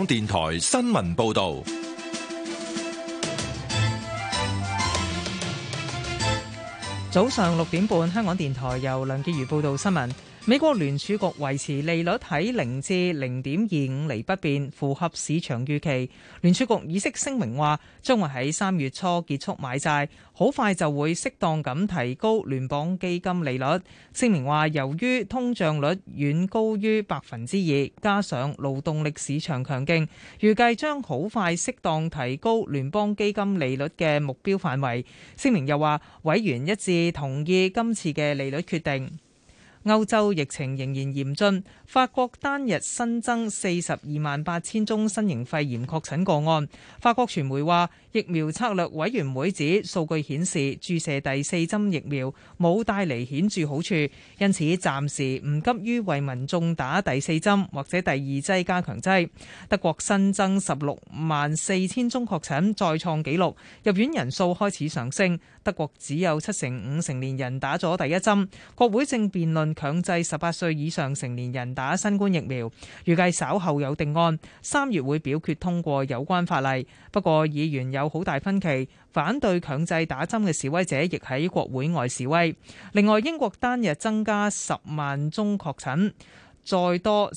電台新聞報道。 早上6點半，香港電台由梁潔如報道新聞。美國聯儲局維持利率喺0至0.25厘不變，符合市場預期。聯儲局議息聲明話，將會喺3月初結束買債，好快就會適當咁提高聯邦基金利率。聲明話，由於通脹率遠高於2%，加上勞動力市場強勁，預計將好快適當提高聯邦基金利率嘅目標範圍。聲明又話，委員一致同意今次嘅利率決定。歐洲疫情仍然嚴峻，法國單日新增428000宗新型肺炎確診個案。法國傳媒話，疫苗策略委員會指數據顯示注射第4針疫苗冇帶嚟顯著好處，因此暫時唔急於為民眾打第4針或者第2劑加強劑。德國新增164000宗確診，再創紀錄，入院人數開始上升。德國只有75%成年人打咗第1針。國會正辯論強制18歲以上成年人打新冠疫苗，預計稍後有定案，3月會表決通過有關法例。不過議員有好大分歧，反對強制打針嘅示威者亦喺國會外示威。另外，英國單日增加10萬宗確診，再多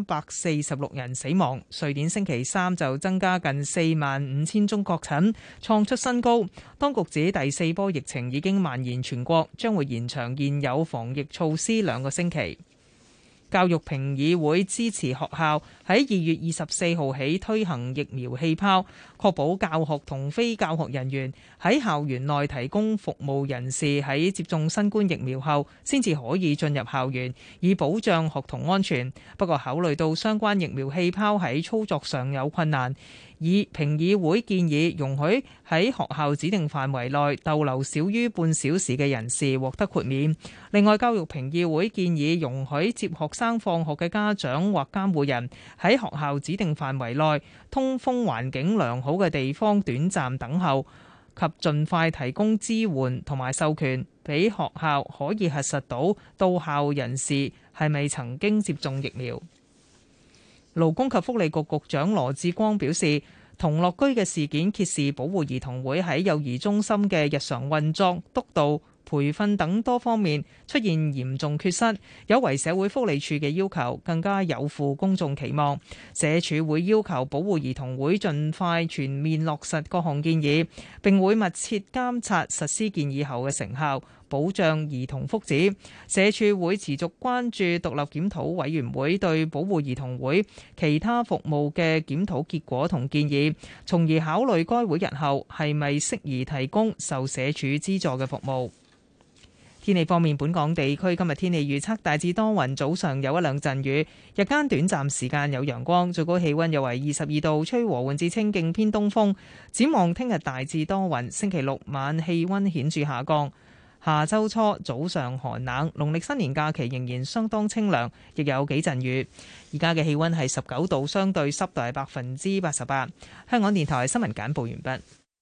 346人死亡。瑞典星期3就增加近45000宗確診，創出新高。當局指第4波疫情已經蔓延全國，將會延長現有防疫措施2個星期。教育評議會支持學校喺2月24號起推行疫苗氣泡，確保教學同非教學人員喺校園內提供服務人士喺接種新冠疫苗後先至可以進入校園，以保障學童安全。不過考慮到相關疫苗氣泡喺操作上有困難，以評議會建議容許喺學校指定範圍內逗留少於半小時嘅人士獲得豁免。另外，教育評議會建議容許接學生放學嘅家長或監護人喺學校指定範圍內通風環境良好嘅地方短暫等候，及盡快提供支援同埋授權，俾學校可以核實到校人士係咪曾經接種疫苗。勞工及福利局局長羅致光表示，同樂居嘅事件揭示保護兒童會喺幼兒中心嘅日常運作、督導、培訓等多方面出現嚴重缺失，有違社會福利署嘅要求，更加有負公眾期望。社署會要求保護兒童會盡快全面落實各項建議，並會密切監察實施建議後嘅成效，保障兒童福祉。社署會持續關注獨立檢討委員會對保護兒童會其他服務嘅檢討結果同建議，從而考慮該會日後係咪適宜提供受社署資助嘅服務。天氣方面，本港地區今日天氣預測大致多雲，早上有一兩陣雨，日間短暫時間有陽光，最高氣溫約為22度，吹和緩至清勁偏東風。展望聽日大致多雲，星期六晚氣溫顯著下降，下周初早上寒冷，農曆新年假期仍然相當清涼，亦有幾陣雨。而家嘅氣溫係19度，相對濕度係88%。香港電台新聞簡報完畢。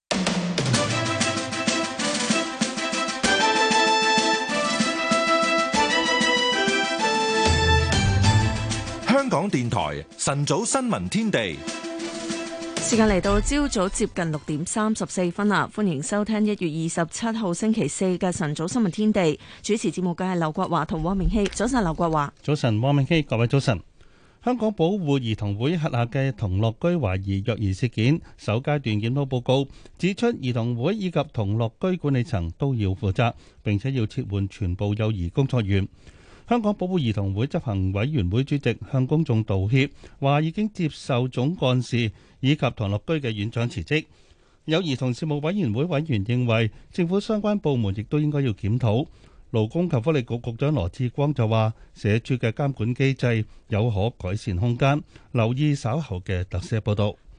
香港電台晨早新聞天地， 時間嚟到朝早接近6:34啦，歡迎收聽1月27號星期四嘅晨早新聞天地。主持節目嘅係劉國華同汪明熙。早晨，劉國華。 早晨，汪明熙。各位早晨。香港保護兒童會轄下嘅童樂居懷疑虐兒事件首階段檢討報告指出，兒童會以及童樂居管理層都要負責，並且要撤換全部幼兒工作員。香港保護兒童會執行委員會主席向公眾道歉，話已經接受總幹事以及童樂居嘅院長辭職。有兒童事務委員會委員認為，政府相關部門亦都應該要檢討。勞工及福利局局長羅致光就話，社署嘅監管機制有可改善空間，留意稍後嘅特寫報道。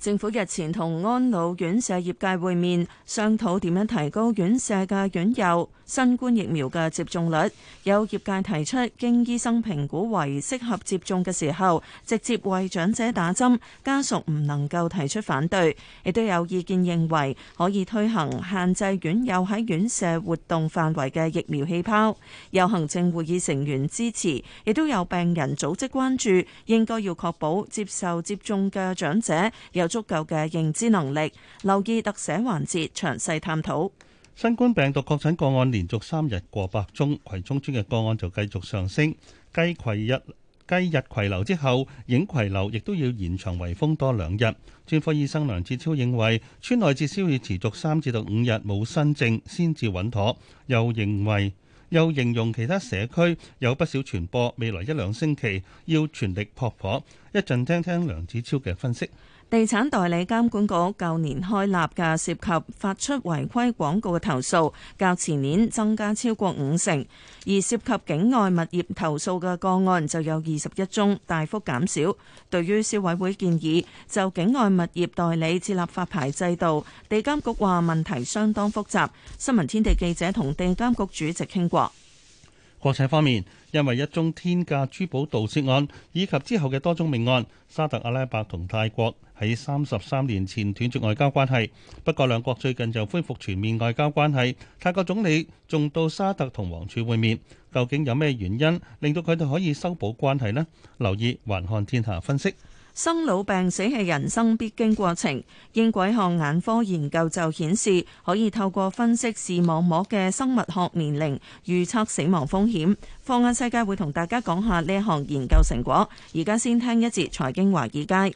政府日前同安老院舍業界會面，商討點樣提高院舍嘅院友新冠疫苗嘅接種率。有業界提出，經醫生評估為適合接種嘅時候，直接為長者打針，家屬唔能夠提出反對。亦都有意見認為可以推行限制院友喺院舍活動範圍嘅疫苗氣泡。有行政會議成員支持，亦都有病人組織關注，應該要確保接受接種嘅長者有足夠嘅認知能力。留意特寫環節，詳細探討。 新冠病毒確診個案連續3日過百宗，葵涌村嘅個案就繼續上升。繼日葵樓之後，影葵樓亦都要延長圍封多2日。專科醫生梁志超認為，村內至少要持續3至5日冇新症先至穩妥，又形容其他社區有不少傳播，未來1-2星期要全力撲火。一陣聽聽梁志超嘅分析。 地產代理監管局舊年開立嘅涉及發出違規廣告嘅投訴，較前年增加超過50%，而涉及境外物業投訴嘅個案就有21宗，大幅減少。對於消委會建議就境外物業代理設立發牌制度，地監局話問題相當複雜。新聞天地記者同地監局主席傾過。 國際方面，因為一宗天價珠寶盜竊案以及之後嘅多宗命案，沙特阿拉伯同泰國喺33年前斷絕外交關係。不過兩國最近就恢復全面外交關係，泰國總理仲到沙特同王儲會面。究竟有咩原因令到佢哋可以修補關係呢？留意環看天下分析。 生老病死係人生必經過程。英國一項眼科研究就顯示，可以透過分析視網膜嘅生物學年齡，預測死亡風險。放眼世界會同大家講下呢一項研究成果。而家先聽一節財經華爾街。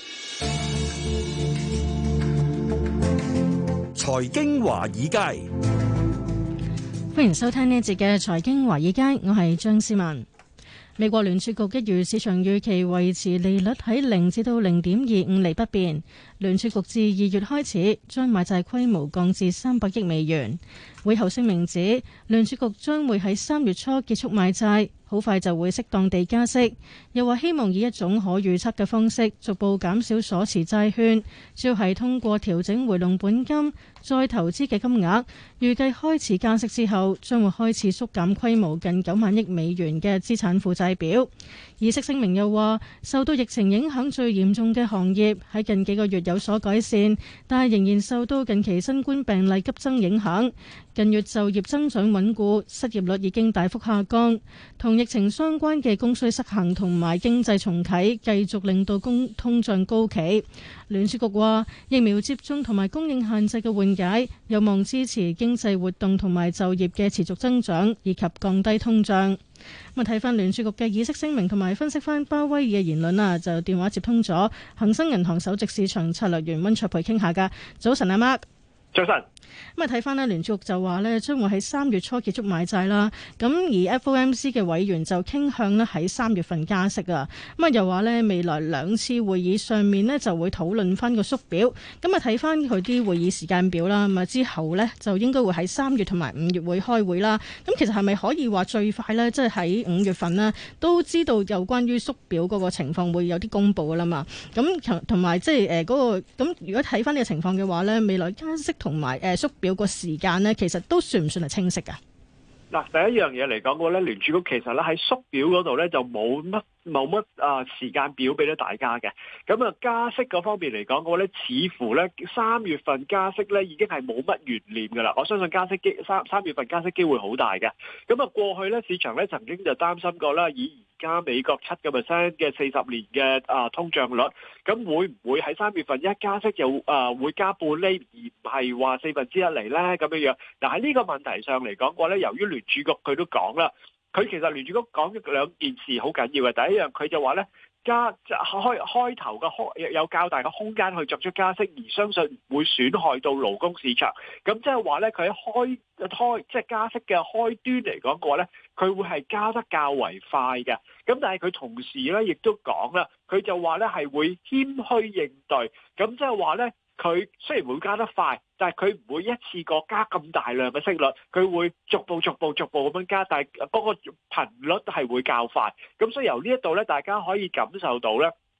財經華爾街， 歡迎收聽呢一節嘅財經華爾街，我係張思文。美國聯儲局一如市場預期維持利率喺0至到0.25厘不變。聯儲局自2月開始將買債規模降至300億美元。會後聲明指，聯儲局將會喺3月初結束買債，好快就會適當地加息。又話希望以一種可預測嘅方式逐步減少所持債券，主要係通過調整回籠本金再投資嘅金額。預計開始加息之後，將會開始縮減規模近9萬億美元嘅資產負債表。議息聲明又話，受到疫情影響最嚴重嘅行業喺近幾個月有所改善，但係仍然受到近期新冠病例急增影響。近月就業增長穩固，失業率已經大幅下降，同疫情相關嘅供需失衡同埋經濟重啟繼續令到通脹高企。聯儲局話，疫苗接種同埋供應限制嘅緩解有望支持經濟活動同埋就業嘅持續增長，以及降低通脹。咁啊，睇翻聯儲局嘅議息聲明同埋分析翻鮑威爾嘅言論啊，就電話接通咗恒生銀行首席市場策略員溫卓培傾下噶。早晨阿 Mark。 早晨。 咁啊，睇翻咧，聯儲局就話咧，將會喺3月初結束買債啦。咁而 FOMC 嘅委員就傾向咧喺3月份加息啊。咁啊，又話咧未來2次會議上面咧就會討論翻個縮表。咁啊，睇翻佢啲會議時間表啦。咁啊，之後咧就應該會喺3月同埋5月會開會啦。咁其實係咪可以話最快咧，即係喺5月份呢都知道有關於縮表嗰個情況會有啲公佈噶啦嘛？咁同埋即係嗰個咁，如果睇翻呢個情況嘅話咧，未來加息同埋縮表個時間呢，其實都算唔算係清晰㗎？ 嗱，第一樣嘢嚟講嘅話咧，聯儲局其實咧喺縮表嗰度咧就冇乜時間表俾到大家嘅。咁啊，加息嗰方面嚟講嘅話咧，似乎咧3月份加息咧已經係冇乜懸念㗎啦。我相信三月份加息機會好大嘅。咁啊，過去咧市場咧曾經就擔心過啦，以而家美國7% 嘅40年嘅通脹率，咁會唔會喺3月份一加息就會加半厘，而唔係話1/4嚟咧咁樣樣？嗱，喺呢個問題上嚟講嘅話咧，由於聯儲局佢都講啦，佢其實聯儲局講咗2件事好緊要嘅。第一樣佢就話咧，開頭嘅有較大嘅空間去作出加息，而相信唔會損害到勞工市場。咁即係話咧，佢喺即係加息嘅開端嚟講嘅話咧，佢會係加得較為快嘅。咁但係佢同時咧亦都講啦，佢就話咧係會謙虛應對。咁即係話咧，佢雖然會加得快，但係佢唔會一次過加咁大量嘅息率，佢會逐步咁樣加，但係嗰個頻率係會較快。咁所以由呢一度咧，大家可以感受到咧，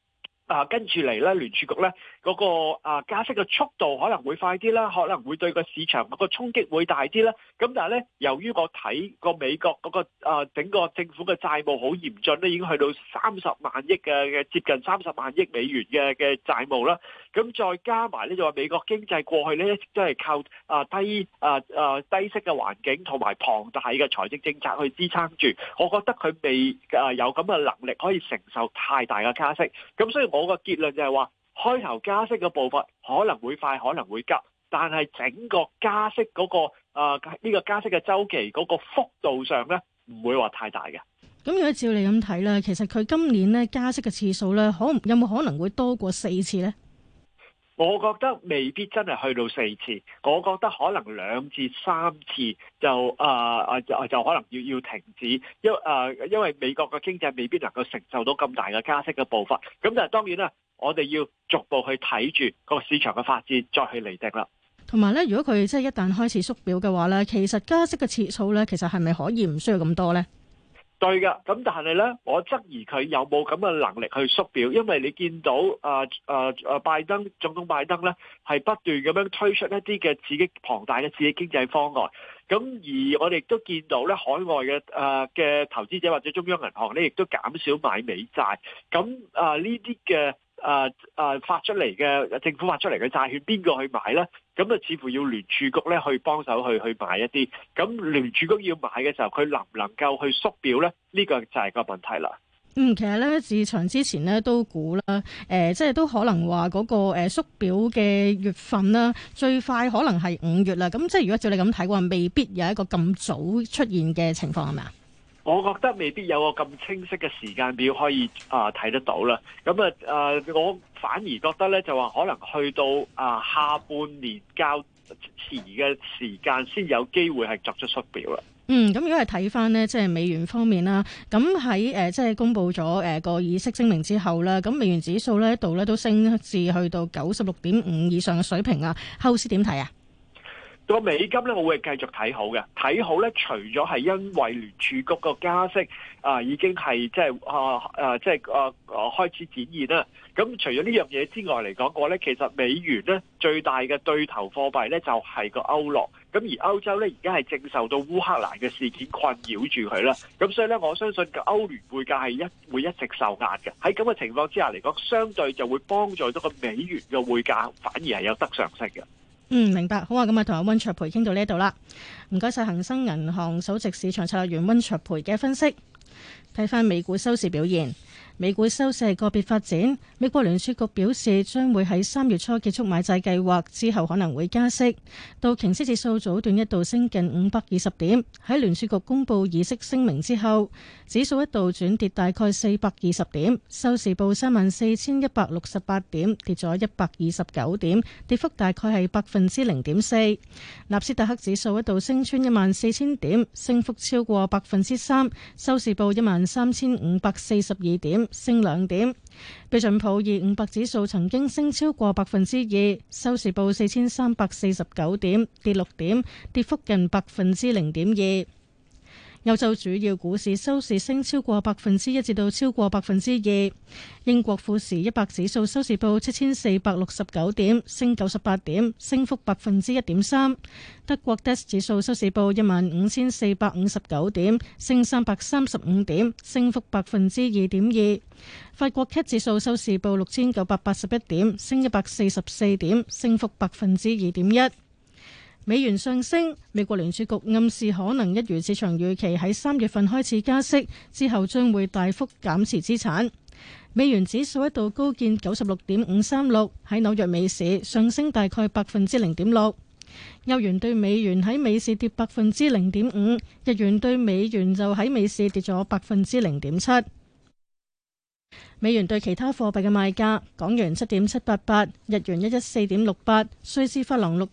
跟住嚟咧，聯儲局咧嗰個加息嘅速度可能會快啲啦，可能會對個市場個衝擊會大啲啦。咁但係咧，由於我睇個美國嗰個整個政府嘅債務好嚴峻咧，已經去到30萬億嘅接近30萬億美元嘅債務啦。咁再加埋咧就話美國經濟過去咧都係靠低息嘅環境同埋龐大嘅財政政策去支撐住。我覺得佢未有咁嘅能力可以承受太大嘅加息。咁所以我個結論就係話，開頭加息嘅步伐可能會快，可能會急，但係整個加息嗰個呢個加息嘅週期嗰個幅度上咧，唔會話太大嘅。 咁如果照你咁睇咧，其實佢今年咧加息嘅次數咧，有冇可能會多過4次咧？ 我覺得未必真係去到4次，我覺得可能2至3次就可能要停止，因為美國嘅經濟未必能夠承受到咁大嘅加息嘅步伐。咁但係當然啦，我哋要逐步去睇住個市場嘅發展，再去釐定啦。 同埋咧，如果佢即係一旦開始縮表嘅話咧，其實加息嘅次數咧，其實係咪可以唔需要咁多咧？ 對㗎，咁但係咧，我質疑佢有冇咁嘅能力去縮表，因為你見到總統拜登咧係不斷咁樣推出一啲嘅龐大嘅刺激經濟方案，咁而我哋亦都見到咧海外嘅投資者或者中央銀行咧亦都減少買美債，咁呢啲嘅發出嚟嘅政府發出嚟嘅債券邊個去買咧？咁啊，似乎要聯儲局咧去幫手去買一啲。咁聯儲局要買嘅時候，佢能唔能夠去縮表咧？呢個就係個問題啦。 其實咧，市場之前咧都估啦，即係都可能話嗰個縮表嘅月份啦，最快可能係5月啦。咁即係如果照你咁睇嘅話，未必有一個咁早出現嘅情況係咪啊？ 我覺得未必有個咁清晰嘅時間表可以睇得到啦。咁我反而覺得咧就話可能去到下半年較遲嘅時間先有機會係作出縮表啦。咁如果係睇翻呢，即係美元方面啦，咁喺即係公布咗個議息聲明之後啦，咁美元指數呢一度咧都升至去到96.5以上嘅水平啊。後市點睇啊？個美金咧，我會繼續睇好嘅。睇好咧，除咗係因為聯儲局個加息已經係開始展現啦。咁除咗呢樣嘢之外嚟講嘅話咧，其實美元咧最大嘅對頭貨幣咧就係個歐羅。咁而歐洲咧而家係正受到烏克蘭嘅事件困擾住佢啦。咁所以咧，我相信個歐元匯價係會一直受壓嘅。喺咁嘅情況之下嚟講，相對就會幫助到個美元嘅匯價反而係有得上升嘅。明白。好啊，咁啊，同阿溫卓培傾到呢度啦。唔該晒恒生銀行首席市場策略員溫卓培嘅分析。睇翻美股收市表現。美股收市係個別發展，美國聯儲局表示將會喺3月初結束買債計劃，之後可能會加息。道瓊斯指數早段一度升近520點，喺聯儲局公佈議息聲明之後，指數一度轉跌大概420點，收市報34,168點，跌咗129點，跌幅大概係0.4%。納斯達克指數一度升穿14,000點，升幅超過3%，收市報13,542點。升2點，標準普爾500指數曾經升超過2%，收市報4,349點，跌6點，跌幅近0.2%。歐洲主要股市收市升超過1%至到超過2%。英國富時100指數收市報7,469點，升98點，升幅1.3%。德國 DAX 指數收市報15,459點，升335點，升幅2.2%。法國 CAC 指數收市報6,981點，升144點，升幅2.1%。美元上升，美國聯儲局暗示可能一如市場預期喺3月份開始加息，之後將會大幅減持資產。美元指數一度高見96.536，喺紐約美市上升大概0.6%。歐元對美元喺美市跌0.5%，日元對美元就喺美市跌咗0.7%。美元對其他貨幣嘅賣價：港元7.788，日元114.68，瑞士法郎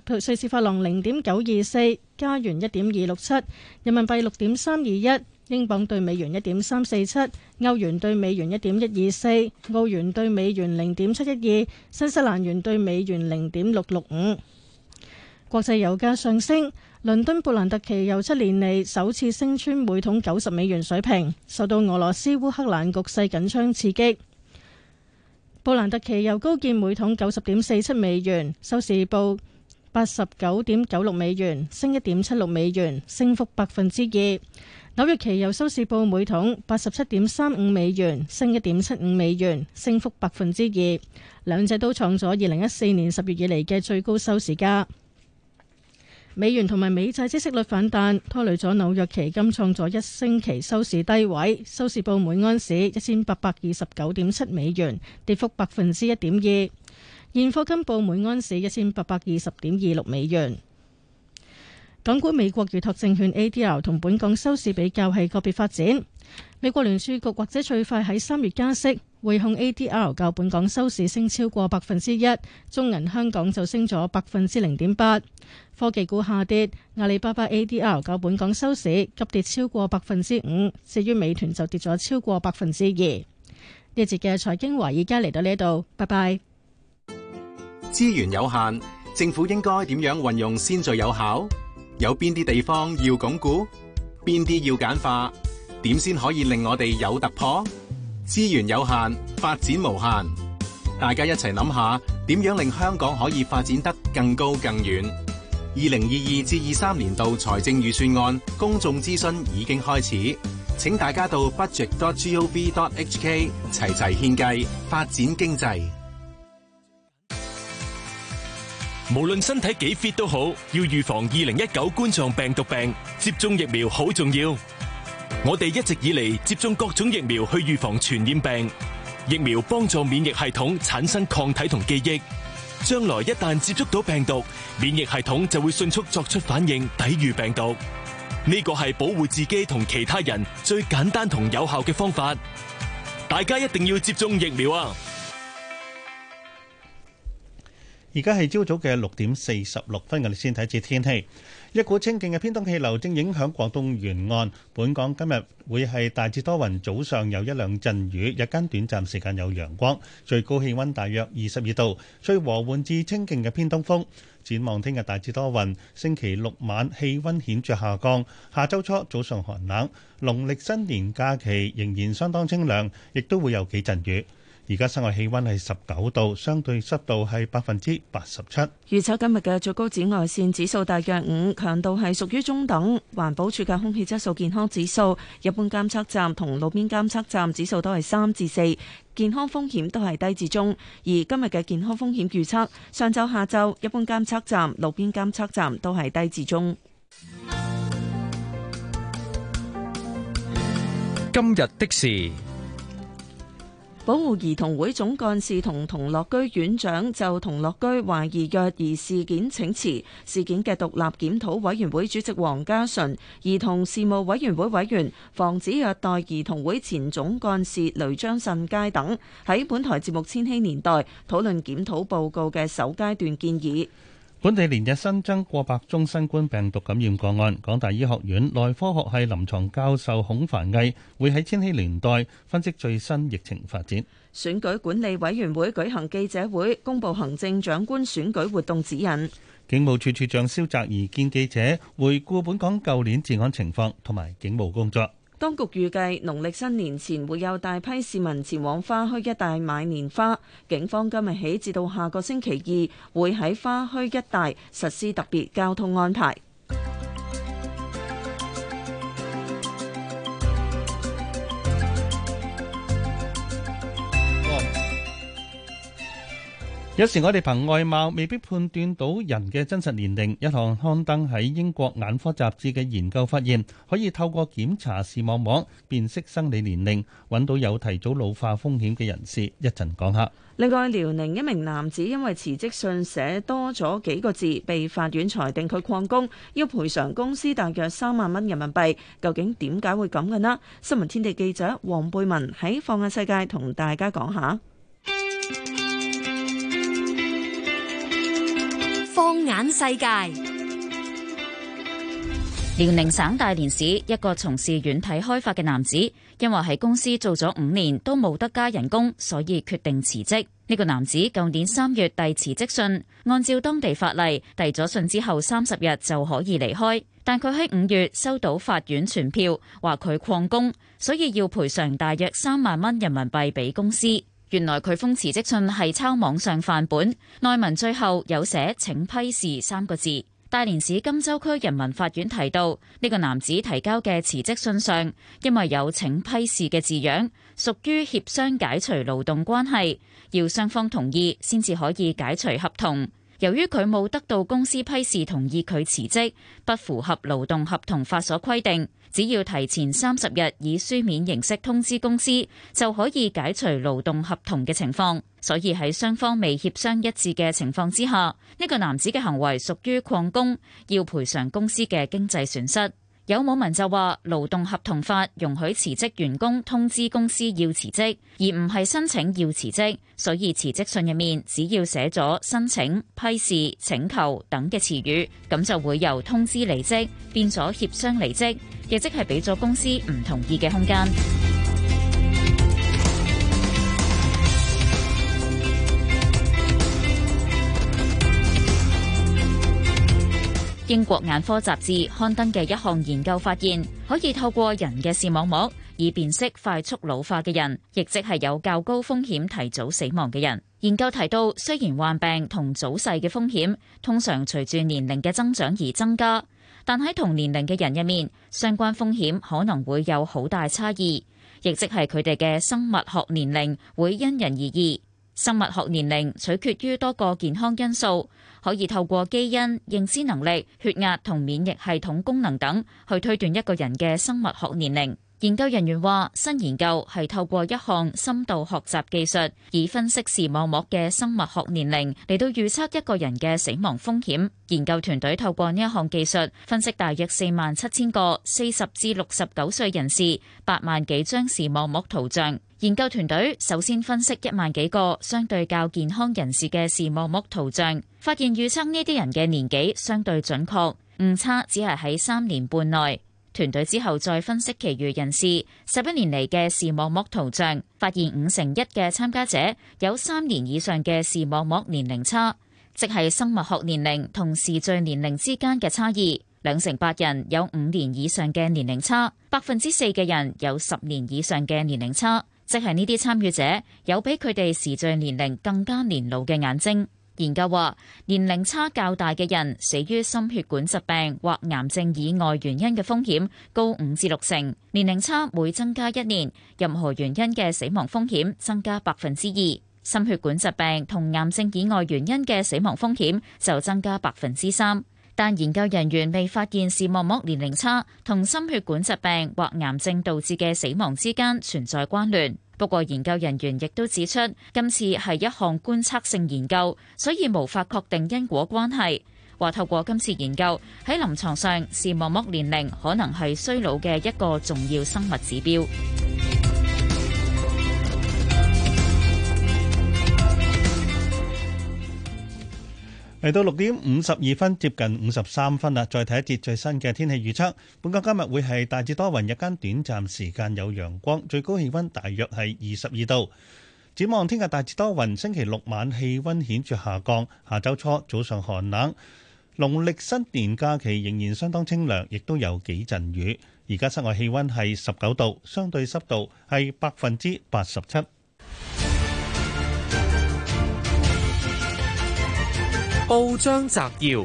0.924，加元1.267，人民幣6.321，英鎊對美元1.347，歐元對美元1.124，澳元對美元0.712，新西蘭元對美元0.665。國際油價上升，倫敦布蘭特期油7年嚟首次升穿每桶90美元水平，受到俄羅斯烏克蘭局勢緊張刺激。 布蘭特期油高見每桶90.47美元，收市報89.96美元，升1.76美元，升幅2%。紐約期油收市報每桶87.35美元，升1.75美元，升幅2%。兩者都創咗2014年10月以嚟嘅最高收市價。美元同埋美債孳息率反彈，拖累咗紐約期金創咗一星期收市低位，收市報每盎司1829.7美元，跌幅1.2%。現貨金報每盎司1820.26美元。港股美國預託證券 ADR 同本港收市比較係個別發展。美國聯儲局或者最快喺3月加息，匯控 ADR 較本港收市升超過1%，中銀香港就升咗0.8%。科技股下跌，阿里巴巴 ADR 較本港收市急跌超過5%，至於美團就跌咗超過2%。呢一節嘅財經華爾街嚟到呢度，拜拜。 資源有限，政府應該點樣運用先最有效？有邊啲地方要鞏固？邊啲要簡化？點先可以令我哋有突破？資源有限，發展無限。大家一齊諗下，點樣令香港可以發展得更高更遠？2022至23年度財政預算案公眾諮詢已經開始，請大家到 budget.gov.hk 齊齊獻計，發展經濟。 無論身體幾 fit 都好，要預防2019冠狀病毒病，接種疫苗好重要。我哋一直以嚟接種各種疫苗去預防傳染病，疫苗幫助免疫系統產生抗體同記憶，將來一旦接觸到病毒，免疫系統就會迅速作出反應，抵禦病毒。呢個係保護自己同其他人最簡單同有效嘅方法。大家一定要接種疫苗啊！ 而家係朝早嘅6:46，我哋先睇次天氣。一股清勁嘅偏東氣流正影響廣東沿岸，本港今日會係大致多雲，早上有一兩陣雨，日間短暫時間有陽光，最高氣溫大約22度，吹和緩至清勁嘅偏東風。展望聽日大致多雲，星期六晚氣溫顯著下降，下周初早上寒冷，農曆新年假期仍然相當清涼，亦都會有幾陣雨。而家室外氣溫係19度，相對濕度係87%。 預測今日嘅最高紫外線指數大約5，強度係屬於中等。環保署嘅空氣質素健康指數，一般監測站同路邊監測站指數都係3至4，健康風險都係低至中。而今日嘅健康風險預測，上晝下晝一般監測站、路邊監測站都係低至中。 今日的事。 保護兒童會總幹事同童樂居院長就童樂居懷疑虐兒事件請辭，事件嘅獨立檢討委員會主席黃家順、兒童事務委員會委員、防止虐待兒童會前總幹事雷張慎佳等喺本台節目《千禧年代》討論檢討報告嘅首階段建議。 本地連日新增過百宗新冠病毒感染個案，港大醫學院內科學系臨床教授孔繁毅會喺千禧年代分析最新疫情發展。 選舉管理委員會舉行記者會，公布行政長官選舉活動指引。 警務處處長蕭澤頤見記者回顧本港舊年治安情況同埋警務工作。 當局預計農曆新年前會有大批市民前往花墟一帶買年花，警方今日起至到下個星期2會喺花墟一帶實施特別交通安排。 有時我哋憑外貌未必判斷到人嘅真實年齡。一項刊登喺英國眼科雜誌嘅研究發現，可以透過檢查視網膜辨識生理年齡，揾到有提早老化風險嘅人士。一陣講下。 另外，遼寧一名男子因為辭職信寫多咗幾個字，被法院裁定佢曠工，要賠償公司大約3萬蚊人民幣。究竟點解會咁嘅呢？新聞天地記者黃貝文喺放眼世界同大家講下。 放眼世界，遼寧省大連市一個從事軟體開發嘅男子，因為喺公司做咗5年都冇得加人工，所以決定辭職。呢個男子舊年3月遞辭職信，按照當地法例，遞咗信之後30日就可以離開。但佢喺5月收到法院傳票，話佢曠工，所以要賠償大約3萬蚊人民幣俾公司。 原來佢封辭職信係抄網上範本，內文最後有寫請批示3個字。大連市金州區人民法院提到，呢個男子提交嘅辭職信上，因為有請批示嘅字樣，屬於協商解除勞動關係，要雙方同意先至可以解除合同。由於佢冇得到公司批示同意佢辭職，不符合勞動合同法所規定，只要提前30日以書面形式通知公司，就可以解除勞動合同嘅情況。所以喺雙方未協商一致嘅情況之下，呢個男子嘅行為屬於曠工，要賠償公司嘅經濟損失。有網民就話，勞動合同法容許辭職員工通知公司要辭職，而唔係申請要辭職，所以辭職信入面只要寫咗申請、批示、請求等嘅詞語，咁就會由通知離職變咗協商離職，亦即係俾咗公司唔同意嘅空間。英國眼科雜誌刊登嘅一項研究發現，可以透過人嘅視網膜以辨識快速老化嘅人，亦即係有較高風險提早死亡嘅人。研究提到，雖然患病同早逝嘅風險通常隨住年齡嘅增長而增加，但喺同年齡嘅人入面，相關風險可能會有好大差異，亦即係佢哋嘅生物學年齡會因人而異。生物學年齡取決於多個健康因素，可以透過基因、認知能力、血壓同免疫系統功能等去推斷一個人嘅生物學年齡。研究人員話，新研究係透過一項深度學習技術，以分析視網膜嘅生物學年齡嚟到預測一個人嘅死亡風險。研究團隊透過呢一項技術，分析大約47000個40至69歲人士8萬幾張視網膜圖像。研究團隊首先分析1萬幾個相對較健康人士嘅視網膜圖像，發現預測呢啲人嘅年紀相對準確，誤差只係喺3年半內。團隊之後再分析其餘人士11年嚟嘅視網膜圖像，發現51%嘅參加者有3年以上嘅視網膜年齡差，即係生物學年齡同視序年齡之間嘅差異。2%人有5年以上嘅年齡差，4%嘅人有10年以上嘅年齡差，即係呢啲參與者有比佢哋時序年齡更加年老嘅眼睛。研究話，年齡差較大嘅人死於心血管疾病或癌症以外原因嘅風險高5至6成，年齡差每增加1年，任何原因嘅死亡風險增加2%，心血管疾病同癌症以外原因嘅死亡風險就增加3%。但研究人員未發現視網膜年齡差同心血管疾病或癌症導致嘅死亡之間存在關聯。不過研究人員亦都指出，今次係一項觀測性研究，所以無法確定因果關係。話透過今次研究，喺臨床上視網膜年齡可能係衰老嘅一個重要生物指標。 嚟到6點52分，接近53分啦。再睇一節最新嘅天氣預測。本港今日會係大致多雲，日間短暫時間有陽光，最高氣溫大約係22度。展望聽日大致多雲，星期六晚氣溫顯著下降，下週初早上寒冷。農曆新年假期仍然相當清涼，亦都有幾陣雨。而家室外氣溫係19度，相對濕度係87%。 報章摘要：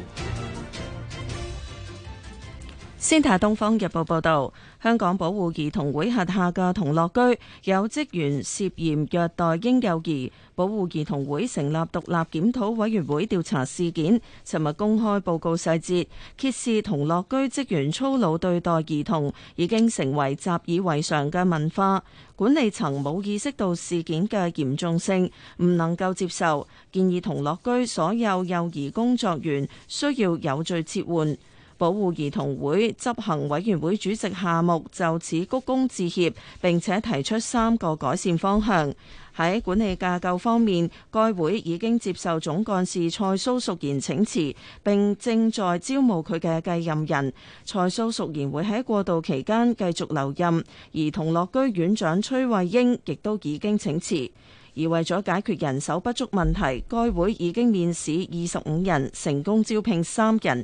先睇《東方日報》報道，香港保護兒童會轄下嘅童樂居有職員涉嫌虐待嬰幼兒，保護兒童會成立獨立檢討委員會調查事件。尋日公開報告細節，揭示童樂居職員粗魯對待兒童已經成為習以為常嘅文化。管理層冇意識到事件嘅嚴重性，唔能夠接受，建議童樂居所有幼兒工作員需要有序撤換。保護兒童會執行委員會主席夏目就此鞠躬致歉，並且提出3個改善方向。喺管理架構方面，該會已經接受總幹事蔡蘇淑賢請辭，並正在招募佢嘅繼任人。蔡蘇淑賢會喺過渡期間繼續留任，而童樂居院長崔慧英亦都已經請辭。而為咗解決人手不足問題，該會已經面試25人，成功招聘3人。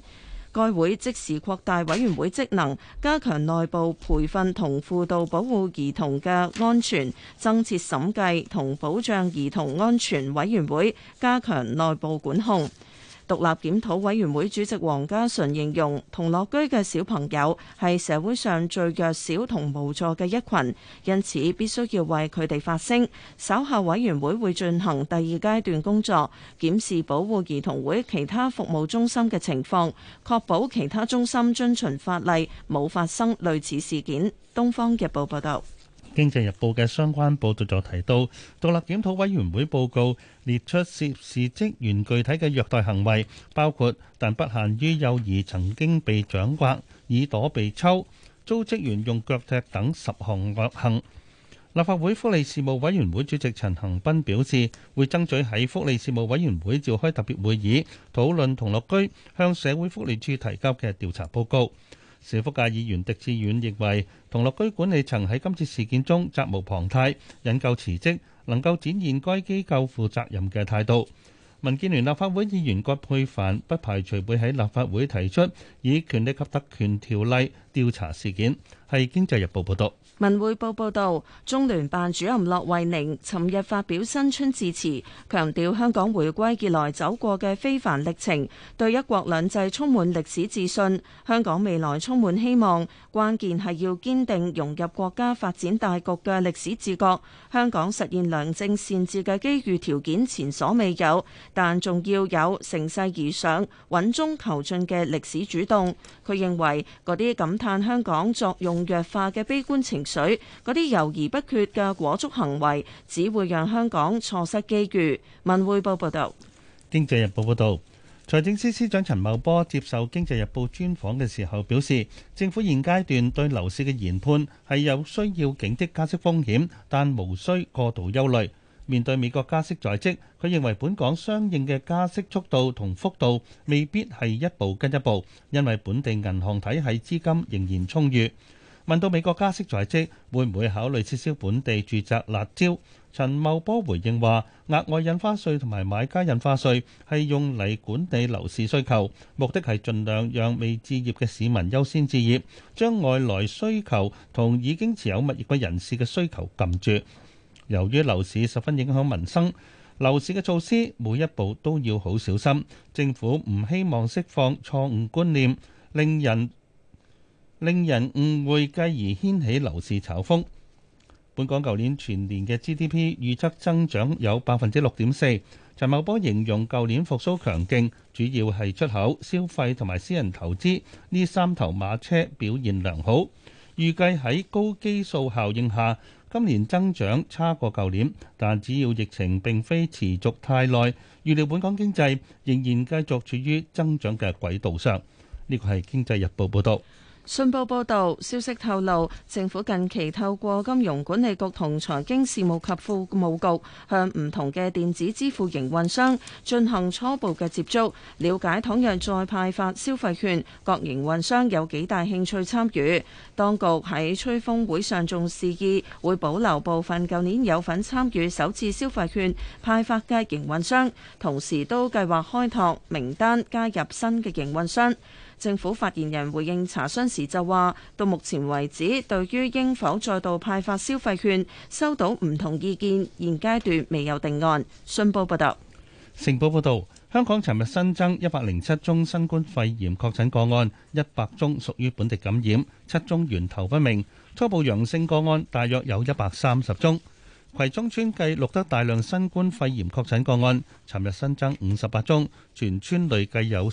該會即時擴大委員會職能，加強內部培訓同輔導保護兒童嘅安全，增設審計同保障兒童安全委員會，加強內部管控。獨立檢討委員會主席黃家純形容，同樂居嘅小朋友係社會上最弱小同無助嘅一群，因此必須要為佢哋發聲。稍後委員會會進行第二階段工作，檢視保護兒童會其他服務中心嘅情況，確保其他中心遵循法例，冇發生類似事件。東方日報報道。 經濟日報嘅相關報導就提到，獨立檢討委員會報告列出涉事職員具體嘅虐待行為，包括但不限於幼兒曾經被掌摑、耳朵被抽、遭職員用腳踢等10項惡行。立法會福利事務委員會主席陳恒鑌表示，會爭取喺福利事務委員會召開特別會議，討論同樂居向社會福利署提交嘅調查報告。社福界議員狄志遠認為，同樂居管理層喺今次事件中責無旁貸，引咎辭職，能夠展現該機構負責任嘅態度。民建聯立法會議員葛珮帆不排除會喺立法會提出以權力及特權條例調查事件。係經濟日報報道。 文匯報報道，中聯辦主任駱惠寧尋日發表新春致辭，強調香港回歸以來走過嘅非凡歷程，對一國兩制充滿歷史自信，香港未來充滿希望。關鍵係要堅定融入國家發展大局嘅歷史自覺。香港實現良政善治嘅機遇條件前所未有，但仲要有乘勢而上、穩中求進嘅歷史主動。佢認為嗰啲感嘆香港作用弱化嘅悲觀情緒，嗰啲猶豫不決嘅裹足行為，只會讓香港錯失機遇。文匯報報道。 經濟日報報道，財政司司長陳茂波接受經濟日報專訪嘅時候表示，政府現階段對樓市嘅研判係有需要警惕加息風險，但無需過度憂慮。面對美國加息在即，佢認為本港相應嘅加息速度同幅度未必係一步跟一步，因為本地銀行體系資金仍然充裕。問到美國加息在即，會唔會考慮撤銷本地住宅辣招？陳茂波回應話：額外印花稅同埋買家印花稅係用嚟管理樓市需求，目的係盡量讓未置業嘅市民優先置業，將外來需求同已經持有物業嘅人士嘅需求撳住。由於樓市十分影響民生，樓市嘅措施每一步都要好小心。政府唔希望釋放錯誤觀念，令人誤會，繼而掀起樓市炒風。本港舊年全年嘅 GDP 預測增長有6.4%。陳茂波形容舊年復甦強勁，主要係出口、消費同埋私人投資呢三頭馬車表現良好。預計喺高基數效應下，今年增長差過舊年，但只要疫情並非持續太耐，預料本港經濟仍然繼續處於增長嘅軌道上。呢個係《經濟日報》報導。 信報報導，消息透露，政府近期透過金融管理局同財經事務及庫務局向唔同嘅電子支付營運商進行初步嘅接觸，了解倘若再派發消費券，各營運商有幾大興趣參與。當局喺吹風會上仲示意會保留部分舊年有份參與首次消費券派發嘅營運商，同時都計劃開拓名單加入新嘅營運商。政府發言人回應查詢時就話，到目前為止，對於應否再度派發消費券，收到唔同意見，現階段未有定案。信報報道。 成報報導，香港尋日新增107宗新冠肺炎確診個案，100宗屬於本地感染，7宗源頭不明，初步陽性個案大約有130宗。葵涌村繼錄得大量新冠肺炎確診個案，尋日新增58宗，全村累計有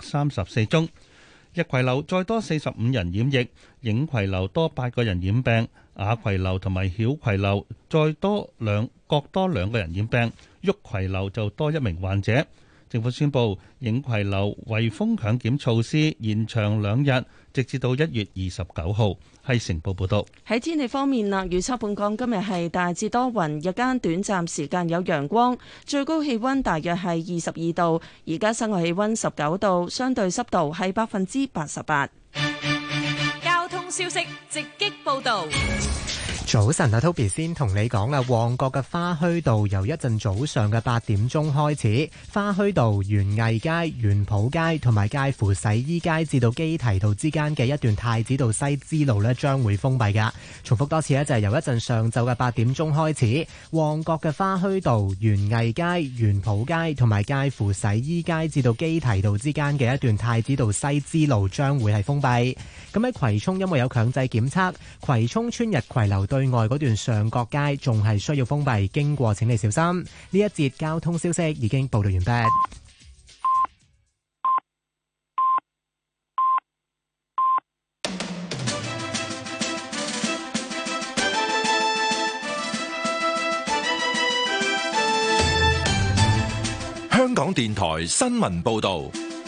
334宗。日葵樓再多45人染疫，影葵樓多8個人染病，雅葵樓同埋曉葵樓各多2個人染病，旭葵樓就多1名患者。政府宣布影葵樓圍封強檢措施延長2日，直至到1月29號。係成報報道。 喺天氣方面啦，預測本港今日係大致多雲，日間短暫時間有陽光，最高氣溫大約係22度。而家室外氣溫19度，相對濕度係88%。 交通消息直擊報道。 早晨啊 ，Toby 先同你講啦，旺角嘅花墟道由一陣早上嘅8點鐘開始，花墟道、園藝街、園圃街同埋介乎洗衣街至到基堤道之間嘅一段太子道西支路呢將會封閉㗎。重複多次呢，就係由一陣上晝嘅8點鐘開始，旺角嘅花墟道、園藝街、園圃街同埋介乎洗衣街至到基堤道之間嘅一段太子道西支路將會係封閉。咁喺葵涌因為有強制檢測，葵涌村日葵樓對外嗰段上角街仲係需要封閉，經過請你小心。呢一節交通消息已經報道完畢。 香港電台新聞報道。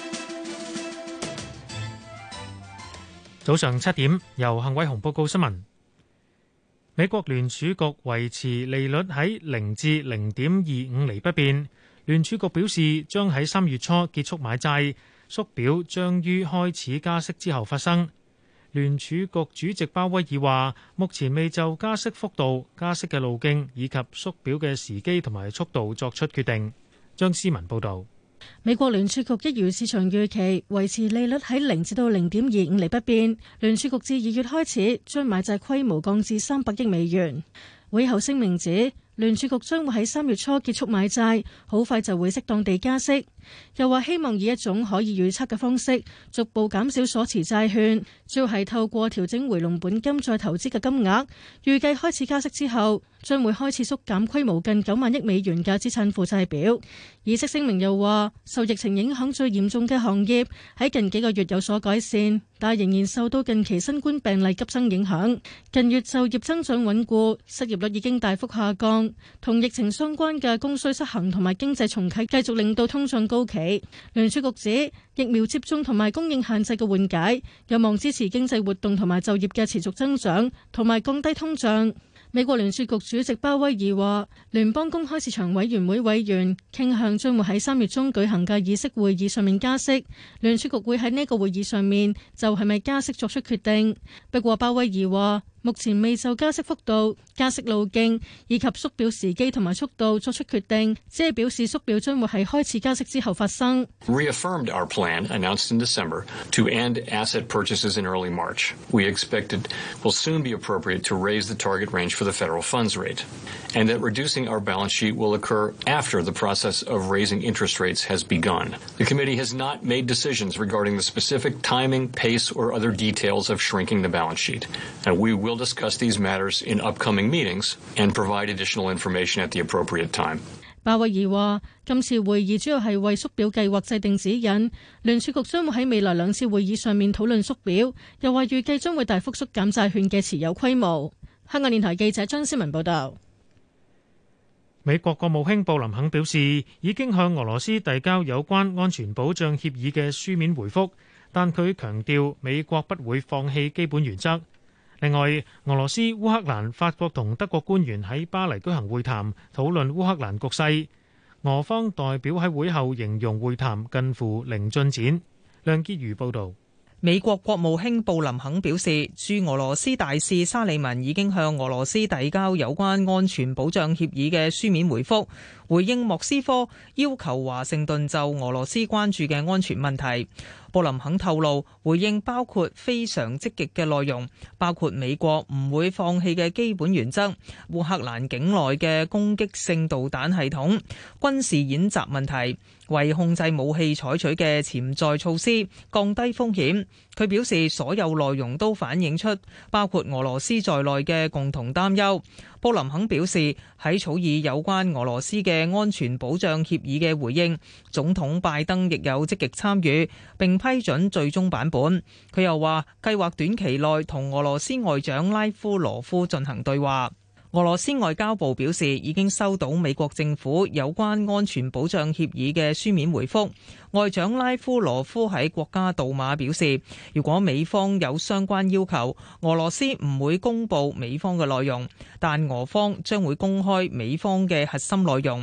早上7點，由幸偉雄報告新聞。美國聯儲局維持利率喺0至0.25厘不變。聯儲局表示，將喺3月初結束買債，縮表將於開始加息之後發生。聯儲局主席鮑威爾話，目前未就加息幅度、加息嘅路徑以及縮表嘅時機同埋速度作出決定。張思文報導。 美國聯儲局一如市場預期，維持利率喺0至到0.25厘不變。聯儲局自2月開始將買債規模降至300億美元。會後聲明指，聯儲局將會喺3月初結束買債，好快就會適當地加息。又話希望以一種可以預測嘅方式，逐步減少所持債券，主要係透過調整回籠本金再投資嘅金額。預計開始加息之後，將會開始縮減規模近9萬億美元嘅資產負債表。議息聲明又話，受疫情影響最嚴重嘅行業喺近幾個月有所改善，但仍然受到近期新冠病例急增影響。近月就業增長穩固，失業率已經大幅下降，同疫情相關嘅供需失衡同埋經濟重啟繼續令到通脹高企。聯儲局指疫苗接種同埋供應限制嘅緩解，有望支持經濟活動同埋就業嘅持續增長，同埋降低通脹。美國聯儲局主席鮑威爾話，聯邦公開市場委員會委員傾向將會喺3月中舉行嘅議息會議上面加息。聯儲局會喺呢個會議上面就係咪加息作出決定。不過鮑威爾話，目前未就加息幅度、加息路徑以及縮表時機同埋速度作出決定，只係表示縮表將會喺開始加息之後發生。 Reaffirmed our plan announced in December to end asset purchases in early March. We expected will soon be appropriate to raise the target range for the federal funds rate, and that reducing our balance sheet will occur after the process of raising interest rates has begun. The committee has not made decisions regarding the specific timing, pace, or other details of shrinking the balance sheet, and we will discuss these matters in upcoming meetings and provide additional information at the appropriate time. 鮑威爾話，今次會議主要係為縮表計劃制定指引，聯儲局將會喺未來2次會議上面討論縮表，又話預計將會大幅縮減債券嘅持有規模。香港電台記者張思文報道。 美國國務卿布林肯表示，已經向俄羅斯遞交有關安全保障協議嘅書面回覆，但佢強調美國不會放棄基本原則。另外，俄羅斯、烏克蘭、法國同德國官員喺巴黎舉行會談，討論烏克蘭局勢。俄方代表喺會後形容會談近乎零進展。梁潔如報導。 美國國務卿布林肯表示，駐俄羅斯大使沙利文已經向俄羅斯遞交有關安全保障協議嘅書面回覆，回應莫斯科要求華盛頓就俄羅斯關注嘅安全問題。布林肯透露，回應包括非常積極嘅內容，包括美國唔會放棄嘅基本原則、烏克蘭境內嘅攻擊性導彈系統、軍事演習問題、為控制武器採取嘅潛在措施、降低風險。佢表示，所有內容都反映出包括俄羅斯在內嘅共同擔憂。布林肯表示，喺草擬有關俄羅斯嘅安全保障協議嘅回應，總統拜登亦有積極參與並批准最終版本。佢又話，計劃短期內同俄羅斯外長拉夫羅夫進行對話。俄羅斯外交部表示，已經收到美國政府有關安全保障協議嘅書面回覆。外長拉夫羅夫喺國家杜馬表示，如果美方有相關要求，俄羅斯唔會公佈美方嘅內容，但俄方將會公開美方嘅核心內容。